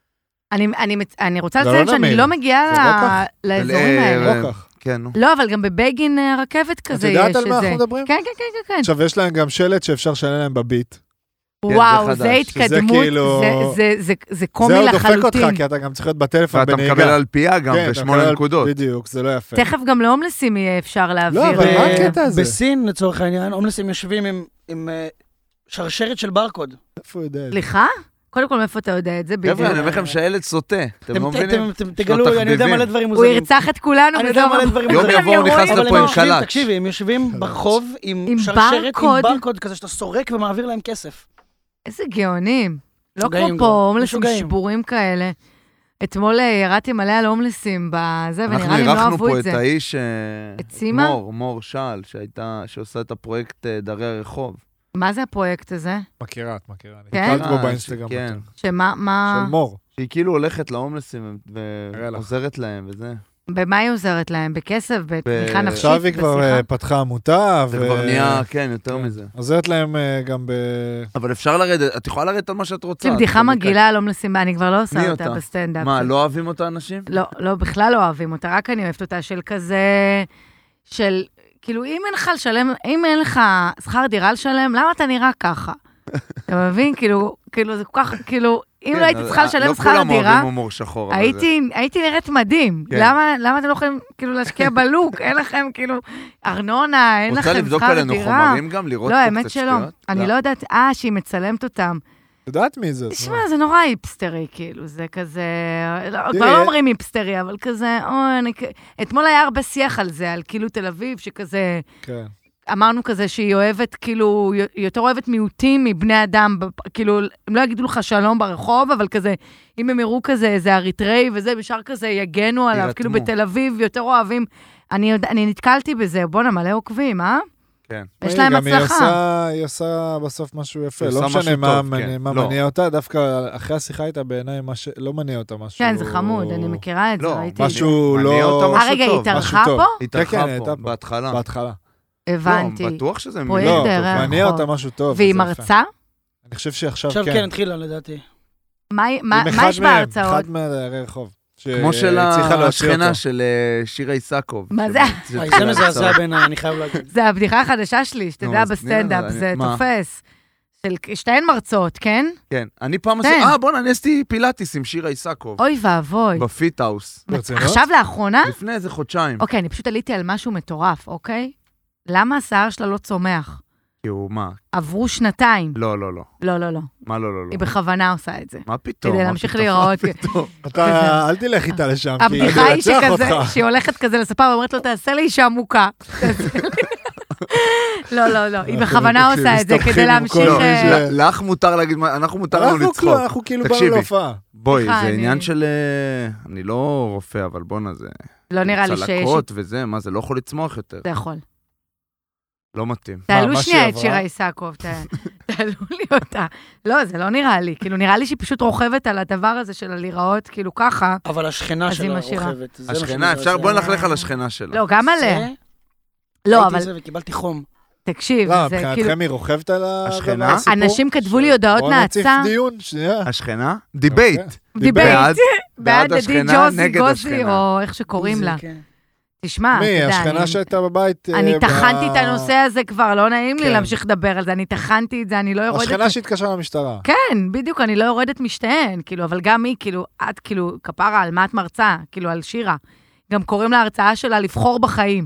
אני רוצה זה לציין לא שאני נמיר. לא מגיעה זה רוקח. לאזורים האלה. רוקח. כן, נו. לא, אבל גם בבגין רכבת כזה יש יודעת את על מה זה. אנחנו מדברים? כן, כן, כן, כן. עכשיו, יש להם גם שלט שאפשר לשלם להם בביט. וואו, זה זה חדש. שזה התקדמות, כאילו- זה קומי זה עוד דופק אותך, לחלוטין. כי אתה גם צריך להיות בטלפון ואתה בנהיגה. מקבל על פיה גם, כן, אתה ב8 מקבל על- נקודות. בדיוק, זה לא יפה. תכף גם להומלסים יהיה אפשר להעביר. אבל מה הקטע הזה? בסין, לצורך העניין, הומלסים יושבים עם שרשרת של ברקוד. איפה הוא יודע את זה? סליחה? קודם כל, מאיפה אתה יודע את זה? בדיוק. חבר'ה, אני אומר לכם שהילד סוטה. אתם לא מבינים? אתם תגלו, אני יודע מלא דברים הוא מוזרים. ירצח את כולנו. אני יודע וזהו. מלא דברים יום מוזרים. יבוא הוא נכנס אבל לפה הם עם יושבים, קלאץ'. תקשיבי, הם יושבים ברחוב עם עם שרשרת, ברקוד? עם ברקוד כזה שאתה סורק ומעביר להם כסף. איזה גאונים. לא כמו משוגעים פה, גם. הומלסים משוגעים. שבורים כאלה. אתמול ירדתי מלא על הומלסים בזה, אנחנו ונראה לי הם לא אירחנו אהבו פה את את זה. האיש, את סימה? מור שעל, שעושה את הפרויקט דרי הרחוב. מה זה הפרויקט הזה? מכירה, את מכירה. אני כן? נתקלת בו באינסטגרם. כן. יותר. שמה, מה... של מור. שהיא כאילו הולכת להומלסים נראה לך. ועוזרת להם וזה. במה היא עוזרת להם? בכסף? בתמיכה נפשית? עכשיו היא כבר פתחה עמותה. זה כבר נהיה, כן, יותר מזה. עוזרת להם גם אבל אפשר לרדת, את יכולה לרדת על מה שאת רוצה. זה בדיחה מגעילה, לא מנסים בה, אני כבר לא עושה אותה בסטנדאפ. מה, לא אוהבים אותה אנשים? לא, בכלל לא אוהבים אותה, רק אני אוהבת אותה של כזה, של, כאילו, אם אין לך שכר דירה לשלם, למה אתה נראה ככה? אתה מבין? כאילו, זה כל כך, כאילו, אם לא הייתי צריכה לשלם שכר דירה, לא כולם אוהבים הומור שחור. הייתי נראית מדהים. למה אתם לא יכולים כאילו להשקיע בלוק? אין לכם כאילו ארנונה, אין לכם שכר דירה. רוצה לבדוק עלינו חומרים גם, לראות לא, פה האמת קצת שלא. שטויות? אני לא יודעת, שהיא מצלמת אותם. יודעת מי זה? תשמע, זה נורא היפסטרי, כאילו, זה כזה, כבר לא אומרים היפסטרי, אבל כזה, אתמול היה הרבה שיח על זה, על כאילו תל אביב, שכזה, אמרנו כזה שהיא אוהבת, כאילו, יותר אוהבת מיעוטים מבני אדם, כאילו, הם לא יגידו לך שלום ברחוב, אבל כזה, אם הם יראו כזה, איזה אריתראי וזה, בשאר כזה יגנו עליו, כאילו בתל אביב יותר אוהבים. אני נתקלתי בזה, בוא נמלא עוקבים, כן. יש להם הצלחה. היא עושה בסוף משהו יפה, לא משנה מה מניע אותה, דווקא אחרי השיחה איתה בעיניי, לא מניע אותה משהו. כן, זה חמוד, אני מכירה את זה, ראיתי. משהו לא... רגע, היא התארחה פה? היא התארחה פה, בהתחלה. הבנתי. לא, בטוח שזה פרויקט דרך. לא, מניע אותה משהו טוב. והיא מרצה? אני חושב שעכשיו כן. עכשיו כן, התחילה לדעתי. מה יש בהרצאות? אחד מהדיירי רחוב. כמו של השכנה של שירה איסקוב. מה זה? זה מזעזע בעיניי, אני חייב להגיד. זה הבדיחה החדשה שלי, שתדע בסטנדאפ, זה תופס. שתיהן מרצות, כן? כן. אני פעם בוא נעשיתי פילאטיס עם שירה איסקוב. אוי ואבוי. בפיט-האוס. עכשיו לאחרונה? לפני איזה חודשיים. אוקיי, אני פשוט עליתי על משהו מטורף, אוקיי? למה השיער שלה לא צומח? כי הוא מה? עברו שנתיים. לא. לא. מה לא? היא בכוונה עושה את זה. מה פתאום? כדי להמשיך להיראות. אתה, אל תלך איתה לשם, כי הבדיחה היא שכזה, שהיא הולכת כזה לספר ואומרת לו, תעשה לי אישה מוכה. לא, היא בכוונה עושה את זה כדי להמשיך... לך מותר להגיד, אנחנו מותר לנו לצחוק. אנחנו כאילו באנו להופעה. בואי, זה עניין של... אני לא רופא, אבל בוא'נה, זה... לא נראה לי שיש... צלקות וזה, מה, זה לא יכול לצמוח יותר. זה יכול. לא מתאים. תעלו שנייה את שירה איסקוב, תעלו לי אותה. לא, זה לא נראה לי. כאילו, נראה לי שהיא פשוט רוכבת על הדבר הזה של הליראות, כאילו ככה. אבל השכנה שלה רוכבת. השכנה, אפשר, בואי נלך על השכנה שלה. לא, גם עליה. לא, אבל... הייתי זה וקיבלתי חום. תקשיב, לא, זה כאילו... מבחינתכם היא רוכבת על השכנה? אנשים כתבו לי הודעות נאצה. בוא נציף דיון, שנייה. השכנה? דיבייט. בעד עדי ג'וזי, או איך שקוראים לה. תשמע, אתה יודע... מי, השכנה שהייתה בבית... אני תחנתי את הנושא הזה כבר, לא נעים לי להמשיך לדבר על זה, אני תחנתי את זה, אני לא יורדת... השכנה שהתקשרה למשטרה. כן, בדיוק, אני לא יורדת משתיהן, כאילו, אבל גם היא, כאילו, את, כאילו, כפרה, על מה את מרצה? כאילו, על שירה. גם קוראים להרצאה שלה לבחור בחיים.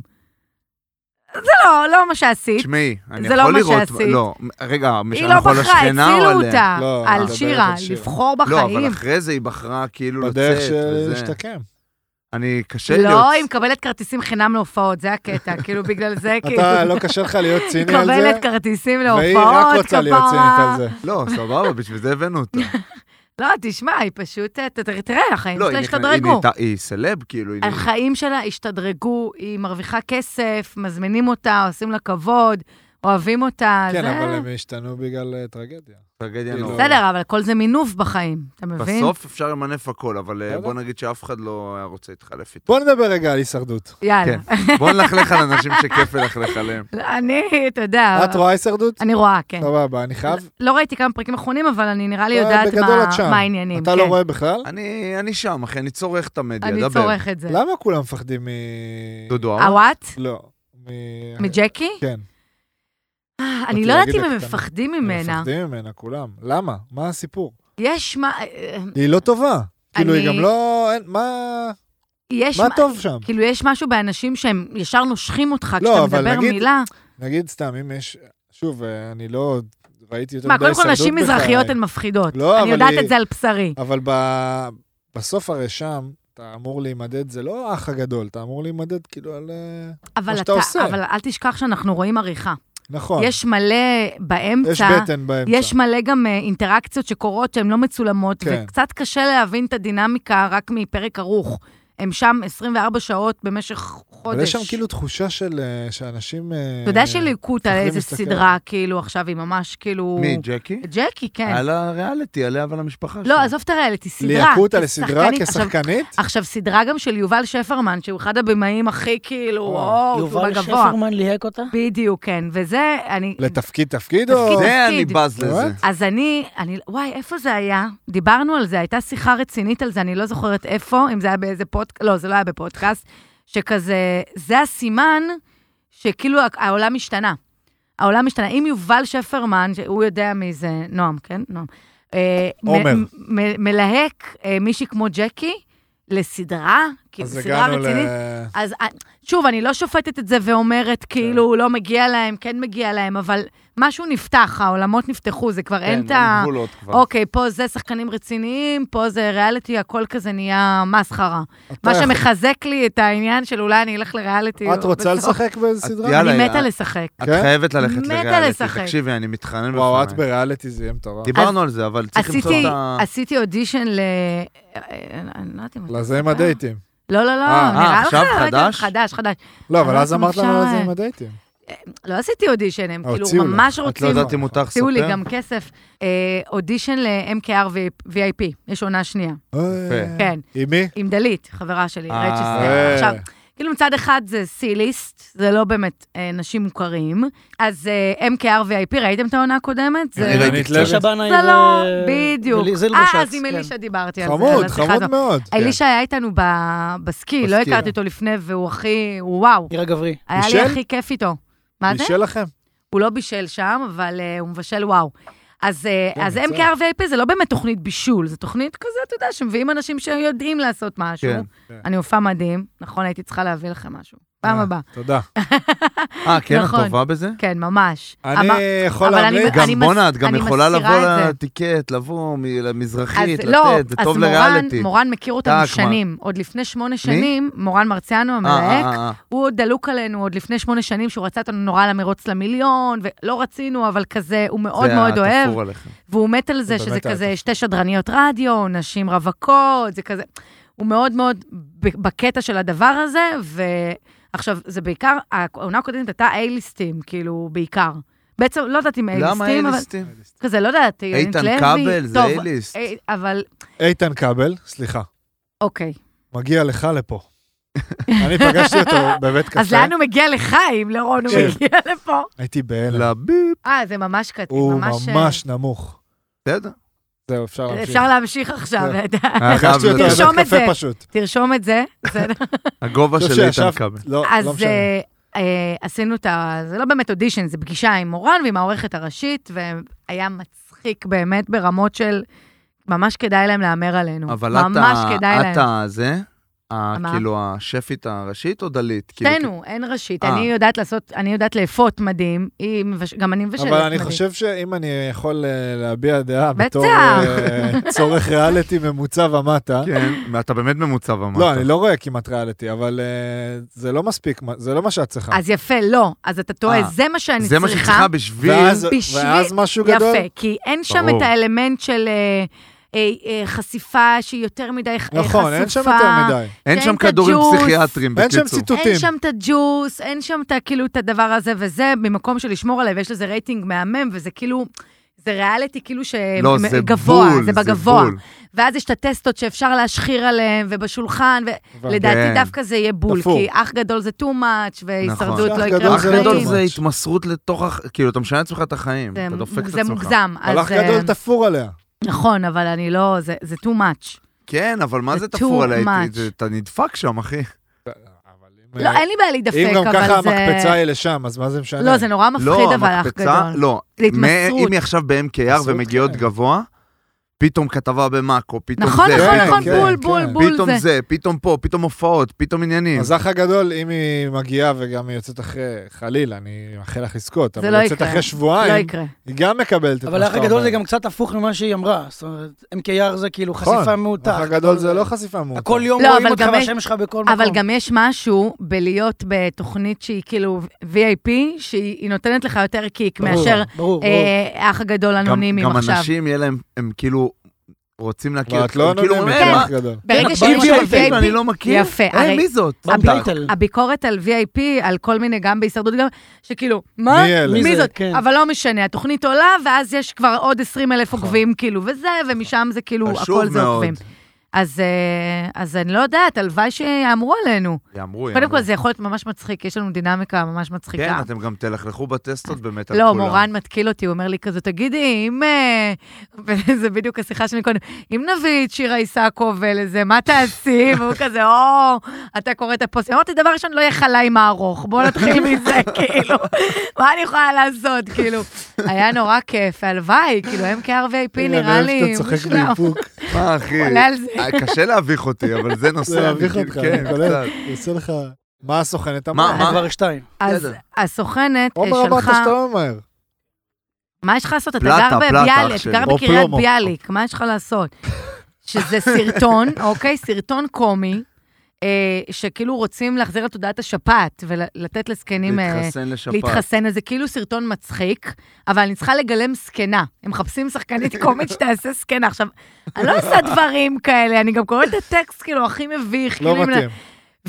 זה לא מה שעשית. תשמעי, אני יכול לראות... זה לא מה שעשית. לא, רגע, היא לא בחרה, הצילו אותה. לא, על שירה, לבחור בחיים. לא, אבל אחרי זה היא בחרה כאילו לצאת. בדרך של להשתקם. אני קשה להיות... לא, היא מקבלת כרטיסים חינם להופעות, זה הקטע, כאילו בגלל זה, כאילו... אתה לא קשה לך להיות ציני על זה? מקבלת כרטיסים להופעות, והיא רק רוצה להיות צינית על זה. לא, סבבה, בשביל זה הבאנו אותה. לא, תשמע, היא פשוט, תראה, החיים שלה השתדרגו. היא סלב, כאילו. החיים שלה השתדרגו, היא מרוויחה כסף, מזמינים אותה, עושים לה כבוד, אוהבים אותה. כן, אבל הם השתנו בגלל טרגדיה. טרגדיה נורא. בסדר, אבל כל זה מינוף בחיים, אתה מבין? בסוף אפשר למנף הכל, אבל בוא נגיד שאף אחד לא היה רוצה להתחלף איתו. בוא נדבר רגע על הישרדות. יאללה. בוא נלכלך על אנשים שכיף ללכלך עליהם. אני, אתה יודע... את רואה הישרדות? אני רואה, כן. סבבה, אני חייב... לא ראיתי כמה פרקים אחרונים, אבל אני נראה לי יודעת מה העניינים. אתה לא רואה בכלל? אני שם, אחי, אני צורך את המדיה, אני צורך את זה. למה כולם מפחדים מ... דודו הוואט? לא. מג'קי? כן. אני לא יודעת אם הם מפחדים ממנה. הם מפחדים ממנה, כולם. למה? מה הסיפור? יש מה... היא לא טובה. כאילו, היא גם לא... מה טוב שם? כאילו, יש משהו באנשים שהם ישר נושכים אותך כשאתה מדבר מילה. נגיד סתם, אם יש... שוב, אני לא ראיתי יותר מה, קודם כל נשים מזרחיות הן מפחידות. אני יודעת את זה על בשרי. אבל בסוף הרי שם, אתה אמור להימדד, זה לא האח הגדול, אתה אמור להימדד כאילו על מה שאתה עושה. אבל אל תשכח שאנחנו רואים עריכה. נכון. יש מלא באמצע. יש בטן באמצע. יש מלא גם אינטראקציות שקורות שהן לא מצולמות, וקצת קשה להבין את הדינמיקה רק מפרק ארוך. הם שם 24 שעות במשך אבל יש שם חודש. כאילו תחושה שאנשים... אתה יודע שליקוט על צריכים איזה להסתכל. סדרה, כאילו, עכשיו היא ממש כאילו... מי, ג'קי? ג'קי, כן. היה לה ריאליטי, עליה ולמשפחה שלה. לא, עזוב את הריאליטי, סדרה. ליהקו אותה לסדרה כשחקנית. כשחקנית? עכשיו, סדרה גם של יובל שפרמן, שהוא אחד הבמאים הכי כאילו, שהוא יובל בגבוה. שפרמן ליהק אותה? בדיוק, כן. וזה, אני... לתפקיד או... תפקיד. זה אני בז לזה. אז וואי, איפה זה היה? דיברנו על זה, הייתה שיחה רצינית על זה, אני לא זוכרת איפה, אם זה היה באיזה פודקאסט, לא, זה לא היה בפודקאסט, שכזה, זה הסימן שכאילו העולם משתנה. העולם משתנה. אם יובל שפרמן, הוא יודע מי זה, נועם, כן? נועם. עומר. מלהק מישהי כמו ג'קי לסדרה, כאילו, אז סדרה הגענו רצינית. אז שוב, אני לא שופטת את זה ואומרת, כאילו, לא מגיע להם, כן מגיע להם, אבל משהו נפתח, העולמות נפתחו, זה כבר אין את ה... גבולות כבר. אוקיי, פה זה שחקנים רציניים, פה זה ריאליטי, הכל כזה נהיה מסחרה. מה יכול- שמחזק לי את העניין של אולי אני אלך לריאליטי. את רוצה בסוף. לשחק באיזה סדרה? יאללה, אני מתה לשחק. את כן? חייבת ללכת מתה לריאליטי. לשחק. תקשיבי, אני מתחנן וואו, את בפניי. בריאליטי זה יהיה מטורף. דיברנו על זה, אבל צריך למצוא את ה... עשיתי אודישן אני לא יודעת אם... לזה עם הדייטים. לא, נראה לך... עכשיו רגע, חדש? חדש. לא, אבל אני לא אז יודעת אמרת אם לנו אפשר- לזה עם הדייטים. לא עשיתי אודישן, הם כאילו הוציאו לך. ממש את לא רוצים... יודעת אם מותר הוציאו לי לספר? גם כסף. אודישן ל-MKR VIP, יש עונה שנייה. כן. עם מי? עם דלית, חברה שלי, אה. רייצ'ל. עכשיו, כאילו מצד אחד זה סיליסט, זה לא באמת נשים מוכרים, אז MKR VIP, ראיתם את העונה הקודמת? זה אילנית לוי. שבנה זה לא, בדיוק. זילברשץ, אז עם כן. אלישה דיברתי על זה, על חמוד, השיחה חמוד הזו. מאוד. אלישה היה איתנו בסקי, לא בסקי, הכרתי אותו לפני, והוא הכי, וואו, נירה גברי. היה לי בישל? הכי כיף איתו. מה זה? בישל לכם. הוא לא בישל שם, אבל הוא מבשל וואו. אז יצא. MKR VIP זה לא באמת תוכנית בישול, זה תוכנית כזה, אתה יודע, שמביאים אנשים שיודעים לעשות משהו. כן. אני הופעה מדהים, נכון, הייתי צריכה להביא לכם משהו. פעם הבאה. תודה. כן, את נכון. טובה בזה? כן, ממש. אני יכול אבל להמליץ. אני גם בונה, את גם אני יכולה מסתירה לבוא את זה. לטיקט, לבוא למזרחית, אז לא, לתת, זה אז טוב לריאליטי. מורן מכיר אותנו טאק, שנים, עוד לפני 8 שנים, מורן מרציאנו המלהק, הוא עוד דלוק עלינו עוד לפני 8 שנים, שהוא רצה אותנו נורא למרוץ למיליון, ולא רצינו, אבל כזה, הוא מאוד מאוד זה אוהב, התפור עליכם. והוא מת על זה הוא שזה באמת כזה 2 שדרניות רדיו, נשים רווקות, זה כזה, הוא מאוד מאוד בקטע של הדבר הזה, ועכשיו, זה בעיקר, העונה הקודמת הייתה A-ליסטים, כאילו, בעיקר. בעצם, לא יודעת אם למה A-ליסטים, אבל A-ליסטים? כזה, לא יודעת, איתן כבל, זה A-ליסט. אבל, איתן כבל, סליחה, אוקיי. מגיע לך לפה. אני פגשתי אותו בבית קפה. אז לאן הוא מגיע לך, אם לרון הוא כן. מגיע לפה? הייתי בהלם. לביפ. זה ממש קטן, הוא ממש... ממש נמוך. בסדר. זהו, אפשר להמשיך. אפשר להמשיך עכשיו. זהו. אתה- פגשתי אותו תרשום בבית את זה. קפה פשוט. תרשום את זה. בסדר. הגובה חושב של איתן שישב- כבל. לא אז משנה. עשינו את ה... זה לא באמת אודישן, זה פגישה עם מורן ועם העורכת הראשית, והיה מצחיק באמת ברמות של... ממש כדאי להם להמר עלינו. אבל ממש כדאי את להם. זה, מה? כאילו השפית הראשית או דלית? שתינו, אין ראשית. אה. אני יודעת לעשות, אני יודעת לאפות מדהים, גם אני מבשלת אבל מדהים. אני חושב שאם אני יכול להביע דעה בטח. בתור צורך ריאליטי ממוצע ומטה, כן, ואתה באמת ממוצע ומטה. לא, אני לא רואה כמעט ריאליטי, אבל זה לא מספיק, זה לא מה שאת צריכה. אז יפה, לא. אז אתה טועה, זה מה שאני זה מה צריכה. שצריכה בשביל... ואז משהו גדול? יפה, כי אין שם ברור. את האלמנט של חשיפה שהיא יותר מדי חשופה. נכון, אין שם יותר מדי. אין שם שאין את כדורים הג'וס. פסיכיאטרים, אין שם בקיצור. ציטוטים. אין שם את הג'וס, אין שם את כאילו את הדבר הזה וזה, במקום של לשמור עליו, ויש לזה רייטינג מהמם, וזה כאילו, זה ריאליטי כאילו לא, זה גבוה, בול, זה זה בגבוה. בול. ואז יש את הטסטות שאפשר להשחיר עליהם, ובשולחן, ולדעתי כן. דווקא זה יהיה בול, תפור. כי אח גדול זה too much, והישרדות נכון. לא אח יקרה גדול אח זה לא גדול טוב. זה התמסרות לתוך, כאילו, אתה משנה לעצמך את החיים, זה- אתה דופק את זה עצמך. מוגזם. אבל אח אז, גדול תפור עליה. נכון, אבל אני לא, זה too much. כן, אבל מה זה זה too תפור עליי? much. אתה נדפק שם, אחי. לא, אין לי בעיה להידפק, אם גם אבל ככה זה... המקפצה היא לשם, אז מה זה משנה? לא, זה נורא מפחיד, לא, אבל אח המקפצה, גדול. לא. זה התמסרות. אם היא עכשיו ב-MKR התמסרות, ומגיעות כן. גבוה, פתאום כתבה במאקו, פתאום נכון, זה, נכון, כן, נכון, כן, בול, כן. בול, בול פתאום זה. זה, פתאום פה, פתאום הופעות, פתאום עניינים. אז אח הגדול, אם היא מגיעה וגם היא יוצאת אחרי, חלילה, אני מאחל לך לזכות, זה אבל לא היא יוצאת יקרה. אחרי לא שבועיים, יקרה. היא גם מקבלת את מה אבל האח שאתה הגדול אומר. זה גם קצת הפוך ממה שהיא אמרה. זאת אומרת, MKR זה כאילו חשיפה מאותך. האח הגדול זה לא חשיפה מאותך. כל יום לא, רואים אבל אותך גם יש- והשם שלך בכל מקום. אבל גם יש משהו בלהיות בתוכנית שהיא כאילו VIP, שהיא נותנת לך יותר קיק ברור, מאשר ברור. האח הגדול אנונימיים גם עכשיו. אנשים יהיה להם, הם כאילו, רוצים להכיר. ואת לא כאילו, אנונימית, מה? אח גדול. ברגע יש שיש VIP, אני לא מכיר. יפה. מי זאת? הביקורת על VIP, על כל מיני, גם בהישרדות, גם, שכאילו, מי אלה? מי זאת? כן. אבל לא משנה, התוכנית עולה, ואז יש כבר עוד 20,000 עוקבים, כאילו, וזה, ומשם זה כאילו, חשוב הכל זה מאוד. עוקבים. אז אני לא יודעת, הלוואי שיאמרו עלינו. יאמרו. קודם כל, זה יכול להיות ממש מצחיק, יש לנו דינמיקה ממש מצחיקה. כן, אתם גם תלכלכו בטסטות באמת על לא, כולם. מורן מתקיל אותי, הוא אומר לי כזה, תגידי, אם... וזה בדיוק השיחה שלי קודם, אם נביא את שירה איסקוב ולזה, מה תעשי? והוא כזה, אתה קורא את הפוסט. אמרתי, דבר ראשון, לא יהיה חליים הארוך, בואו נתחיל מזה, כאילו, מה אני יכולה לעשות, כאילו. היה נורא כיף, הלוואי, כאילו, הם כ-RVIP נראה לי... אני אוהב שאתה צוחק באיפוק. מה, אחי? עולה על זה. קשה להביך אותי, אבל זה נושא. זה להביך אותך, כן, אני קולט. קצת. הוא עושה לך... מה הסוכנת מה? אמרה? כבר 2. אז בסדר. הסוכנת עומר אמרת שלחה... שאתה לא ממהר. מה יש לך לעשות? אתה פלטה, גר פלטה, בביאליק, אח שלי. אתה גר או בקריית פלומו. ביאליק, מה יש לך לעשות? שזה סרטון, אוקיי? סרטון קומי, שכאילו רוצים להחזיר על תודעת השפעת, ולתת לזקנים להתחסן לשפעת. להתחסן, אז זה כאילו סרטון מצחיק, אבל אני צריכה לגלם סקנה. הם מחפשים שחקנית קומית שתעשה סקנה. עכשיו, אני לא עושה דברים כאלה, אני גם קוראת את הטקסט כאילו הכי מביך. לא כאילו, מתאים.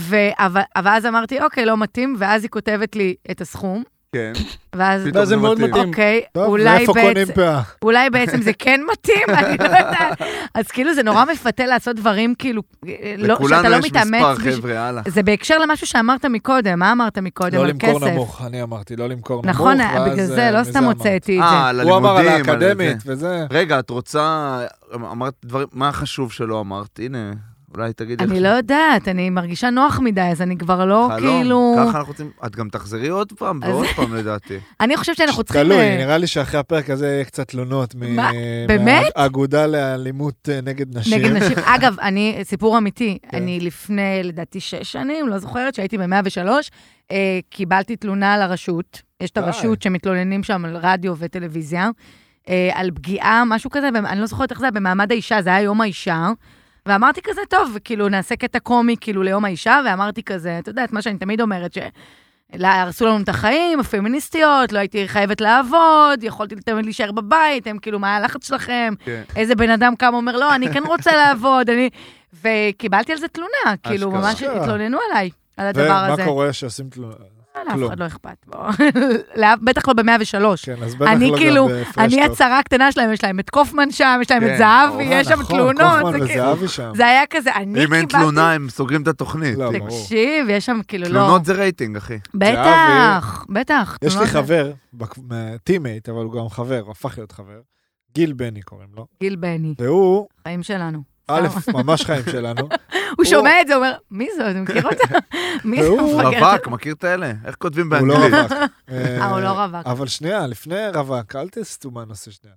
אבל אז אמרתי, אוקיי, לא מתאים, ואז היא כותבת לי את הסכום, כן. ואז... פתאום זה מאוד מתאים. אוקיי, טוב, אולי מאיפה קונים בעצם... פאה? אולי בעצם זה כן מתאים, אני לא יודעת. אז כאילו זה נורא מפתה לעשות דברים כאילו, שאתה לא לכולנו יש מתאמץ. מספר, חבר'ה, הלאה. זה בהקשר למשהו שאמרת מקודם, מה אמרת מקודם לא על למכור כסף? נמוך, אני אמרתי, לא למכור נמוך. נכון, ואז, בגלל זה, לא מזה סתם אמרת. הוצאתי את על זה. הוא אמר על הלימודים, האקדמית זה. וזה. רגע, את רוצה... אמרת דברים... מה חשוב שלא אמרת? הנה, אולי תגידי... אני לא יודעת, אני מרגישה נוח מדי, אז אני כבר לא חלום, כאילו... ככה אנחנו רוצים... את גם תחזרי עוד פעם ועוד פעם, לדעתי. אני חושבת שאנחנו צריכים... תלוי, נראה לי שאחרי הפרק הזה יהיה קצת תלונות. מה? באמת? מהאגודה לאלימות נגד נשים. נגד נשים. אגב, סיפור אמיתי, אני לפני, לדעתי 6 שנים, לא זוכרת, שהייתי ב-103, קיבלתי תלונה על הרשות, יש את הרשות שמתלוננים שם על רדיו וטלוויזיה, על פגיעה, משהו כזה, אני לא זוכרת איך זה, במעמד האישה, זה היה יום האישה, ואמרתי כזה, טוב, כאילו, נעשה קטע קומי, כאילו, ליום האישה, ואמרתי כזה, אתה יודע, את מה שאני תמיד אומרת, הרסו לנו את החיים, הפמיניסטיות, לא הייתי חייבת לעבוד, יכולתי תמיד להישאר בבית, הם כאילו, מה הלחץ שלכם? כן. איזה בן אדם קם אומר, לא, אני כן רוצה לעבוד, וקיבלתי על זה תלונה, כאילו, ממש התלוננו עליי, על הדבר הזה. ומה קורה שעושים תלונה? לאף אחד לא אכפת, בטח לא ב-103. כן, אז בטח אני לא כאילו, גם בפרשטוק. אני הצרה הקטנה שלהם, יש להם את קופמן שם, יש להם את זהבי, יש שם תלונות. נכון, זה קופמן כאילו- וזהבי שם. זה היה כזה, אני קיבלתי... אם אין תלונה, הם סוגרים את התוכנית. לא, ברור. תקשיב, יש שם כאילו לא... תלונות זה רייטינג, אחי. בטח, בטח. יש לי תלונות זה- חבר, טימייט, אבל הוא גם חבר, הוא הפך להיות חבר. גיל בני קוראים לו. גיל בני, והוא, חיים שלנו. א', ממש חיים שלנו. הוא שומע את זה, הוא אומר, מי זאת? אתה מכיר אותה? מי זאת? והוא המפגרת? רווק, מכיר את האלה? איך כותבים הוא לא באנגלית? רווק. הוא לא רווק. אבל שנייה, לפני רווק, אל תסתו מהנושא שנייה.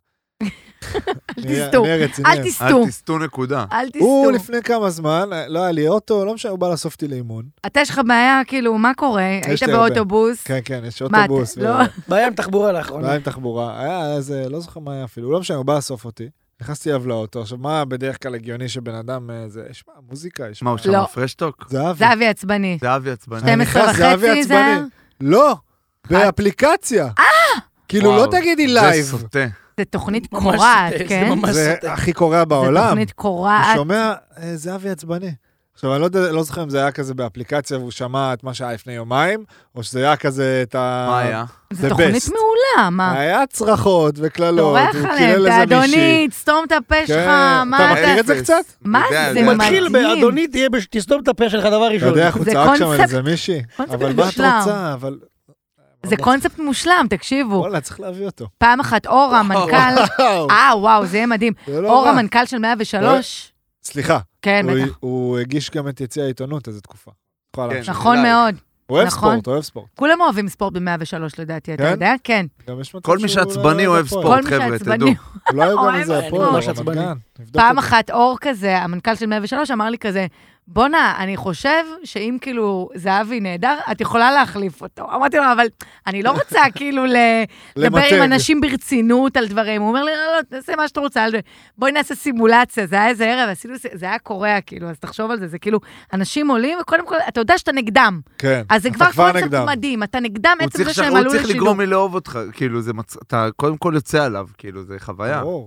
אל תסתו, אני רציני. אל תסתו, אל תסתו נקודה. אל תסתו. הוא לפני כמה זמן, לא היה לי אוטו, לא משנה, הוא בא לאסוף אותי לאימון. אתה יש לך בעיה, כאילו, מה קורה? היית לי הרבה. באוטובוס? כן, כן, יש מה, אוטובוס. לא? בעיה עם תחבורה לאחרונה. בעיה עם תחבורה. היה איזה, לא זוכר מה היה אפילו, לא משנה, הוא בא לאסוף אותי. נכנסתי אליו לאוטו. עכשיו, מה בדרך כלל הגיוני שבן אדם, זה, יש מה, מוזיקה, יש מה, הוא שם לא. פרשטוק? זהבי. זהבי עצבני. זה אבי עצבני. 12 נכנס, זהבי וחצי זה היה? עצבני. לא, באפליקציה. כאילו, וואו, לא תגידי זה לייב. סוטה. זה תוכנית ממש קורעת, סוטה, כן? זה ממש זה סוטה. הכי קורע זה בעולם. תוכנית הוא קורעת. שומע, זהבי עצבני. עכשיו, אני לא זוכר אם זה היה כזה באפליקציה, והוא שמע את מה שהיה לפני יומיים, או שזה היה כזה את ה... מה היה? זה the תוכנית best. מעולה, מה? היה צרחות וקללות, טורח הוא עליהם, קילל איזה מישהי. אדונית, סתום את הפה שלך, כן. מה אתה אתה... מכיר את זה קצת? מה יודע, זה יודע. מתחיל מדהים. באדוני, תסתום את הפה שלך דבר אתה ראשון. יודע איך הוא זה צעק שם על קונספט- איזה מישהי? קונספט אבל מה את מושלם. רוצה? אבל... זה קונספט מושלם, תקשיבו. וואלה, צריך להביא אותו. פעם אחת אור המנכ"ל... וואו, זה יהיה מדהים. זה לא אור רע. המנכ"ל של 103, סליחה, כן, בטח. הוא הגיש גם את יציע העיתונות איזה תקופה. יכולה כן. להמשיך. נכון אולי. מאוד. הוא אוהב נכון. ספורט, אוהב ספורט. כולם אוהבים ספורט ב-103 לדעתי, אתה כן? יודע? כן. גם יש מצב כל מי שהוא שעצבני לא אוהב הפועל. ספורט, כל מי חבר'ה, שעצבני. תדעו. אולי הוא גם אוהב איזה ספורט. הפועל, ממש רמת עצבני. גן. נבדוק פעם אותו. אחת אור כזה, המנכ"ל של 103 אמר לי כזה, בונה, אני חושב שאם כאילו זהבי נהדר, את יכולה להחליף אותו. אמרתי לו, אבל אני לא רוצה כאילו לדבר עם למתג. אנשים ברצינות על דברים. הוא אומר לי, לא, תעשה מה שאתה רוצה, בואי נעשה סימולציה. זה היה איזה ערב, זה היה קורע, כאילו, אז תחשוב על זה, זה כאילו, אנשים עולים, וקודם כל, אתה יודע שאתה נגדם. כן, אז זה אתה כבר קונספט נגדם. מדהים, אתה נגדם הוא עצם צריך זה שהם הוא עלו צריך לשידור. לגרום לי לאהוב אותך, כאילו, אתה קודם כל יוצא עליו, כאילו, זה חוויה. ברור.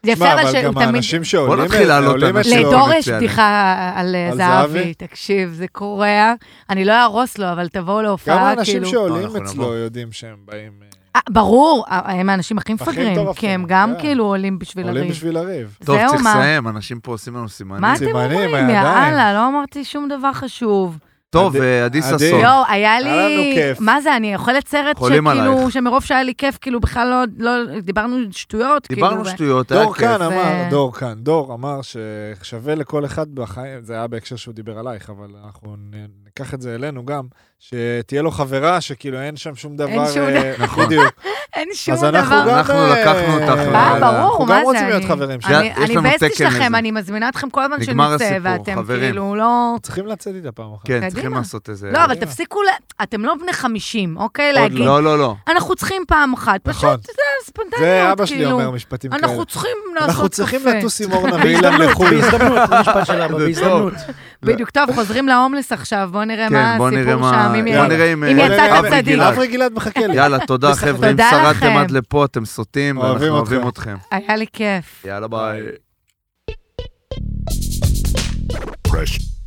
זה יפה, אבל אבל גם שהוא תמיד... האנשים שעולים... בוא נתחיל לעלות אנשים. לדור לא יש מצוין. בדיחה על על זהבי, זהבי? תקשיב, זה קורע. אני לא ארוס לו, אבל תבואו גם להופעה, האנשים כאילו... שעולים אנחנו אצלו נבוא. יודעים שהם באים... ברור, הם האנשים הכי הכי מפגרים, מטורפים, כי הם גם כן. כאילו עולים בשביל עולים לריב. בשביל לריב. טוב, זהו, צריך מה? לסיים, אנשים פה עושים לנו סימנים. מה אתם סימנים, אומרים? הידיים. יאללה, לא אמרתי שום דבר חשוב. טוב, עדי- עדי עדי. ששון. יואו, היה היה לנו לי... כיף. מה זה, אני אוכלת סרט חולים שכאילו, עלייך. שמרוב שהיה לי כיף, כאילו בכלל לא... דיברנו שטויות, כאילו. דיברנו שטויות, היה דור כיף. כאן אמר, ו- דור אמר ששווה לכל אחד בחיים, זה היה בהקשר שהוא דיבר עלייך, אבל אנחנו ניקח את זה אלינו גם, שתהיה לו חברה שכאילו אין שם שום דבר... שום נכון. בדיוק. אין שום אז אנחנו דבר. גם... אנחנו לקחנו אותך ברור, אנחנו מה גם זה, רוצים להיות אני- חברים שלך. יש אני לנו בסטי תקן שלכם, לזה. אני מזמינה אתכם כל הזמן נגמר שנצא, הסיפור, ואתם חברים. כאילו לא... צריכים לצאת איתה פעם אחת. כן, קדימה. צריכים לעשות איזה... לא, אבל תפסיקו, אתם לא בני 50, אוקיי? עוד להגיד, לא, לא, לא. אנחנו צריכים פעם אחת, נכון. פשוט זה ספונטניות, זה אבא שלי כאילו. אומר משפטים כאלה. אנחנו צריכים לעשות אנחנו קפה. צריכים לטוס עם אורנה ואילן לחו"ל. בהזדמנות, זה משפט של אבא, זה בהזדמנות. בדיוק, טוב, חוזרים להומלס עכשיו, בואו נראה כן, מה בוא נראה הסיפור מה... שם, בוא נראה אם... אם יצאת אברי צדיק. גלעד. אברי גלעד מחכה לי. יאללה, תודה חבר'ה, אם תודה שרדתם לכם. עד לפה, אתם סוטים, ואנחנו אוהבים אוהבים אתכם. אתכם. היה לי כיף. יאללה, ביי. Fresh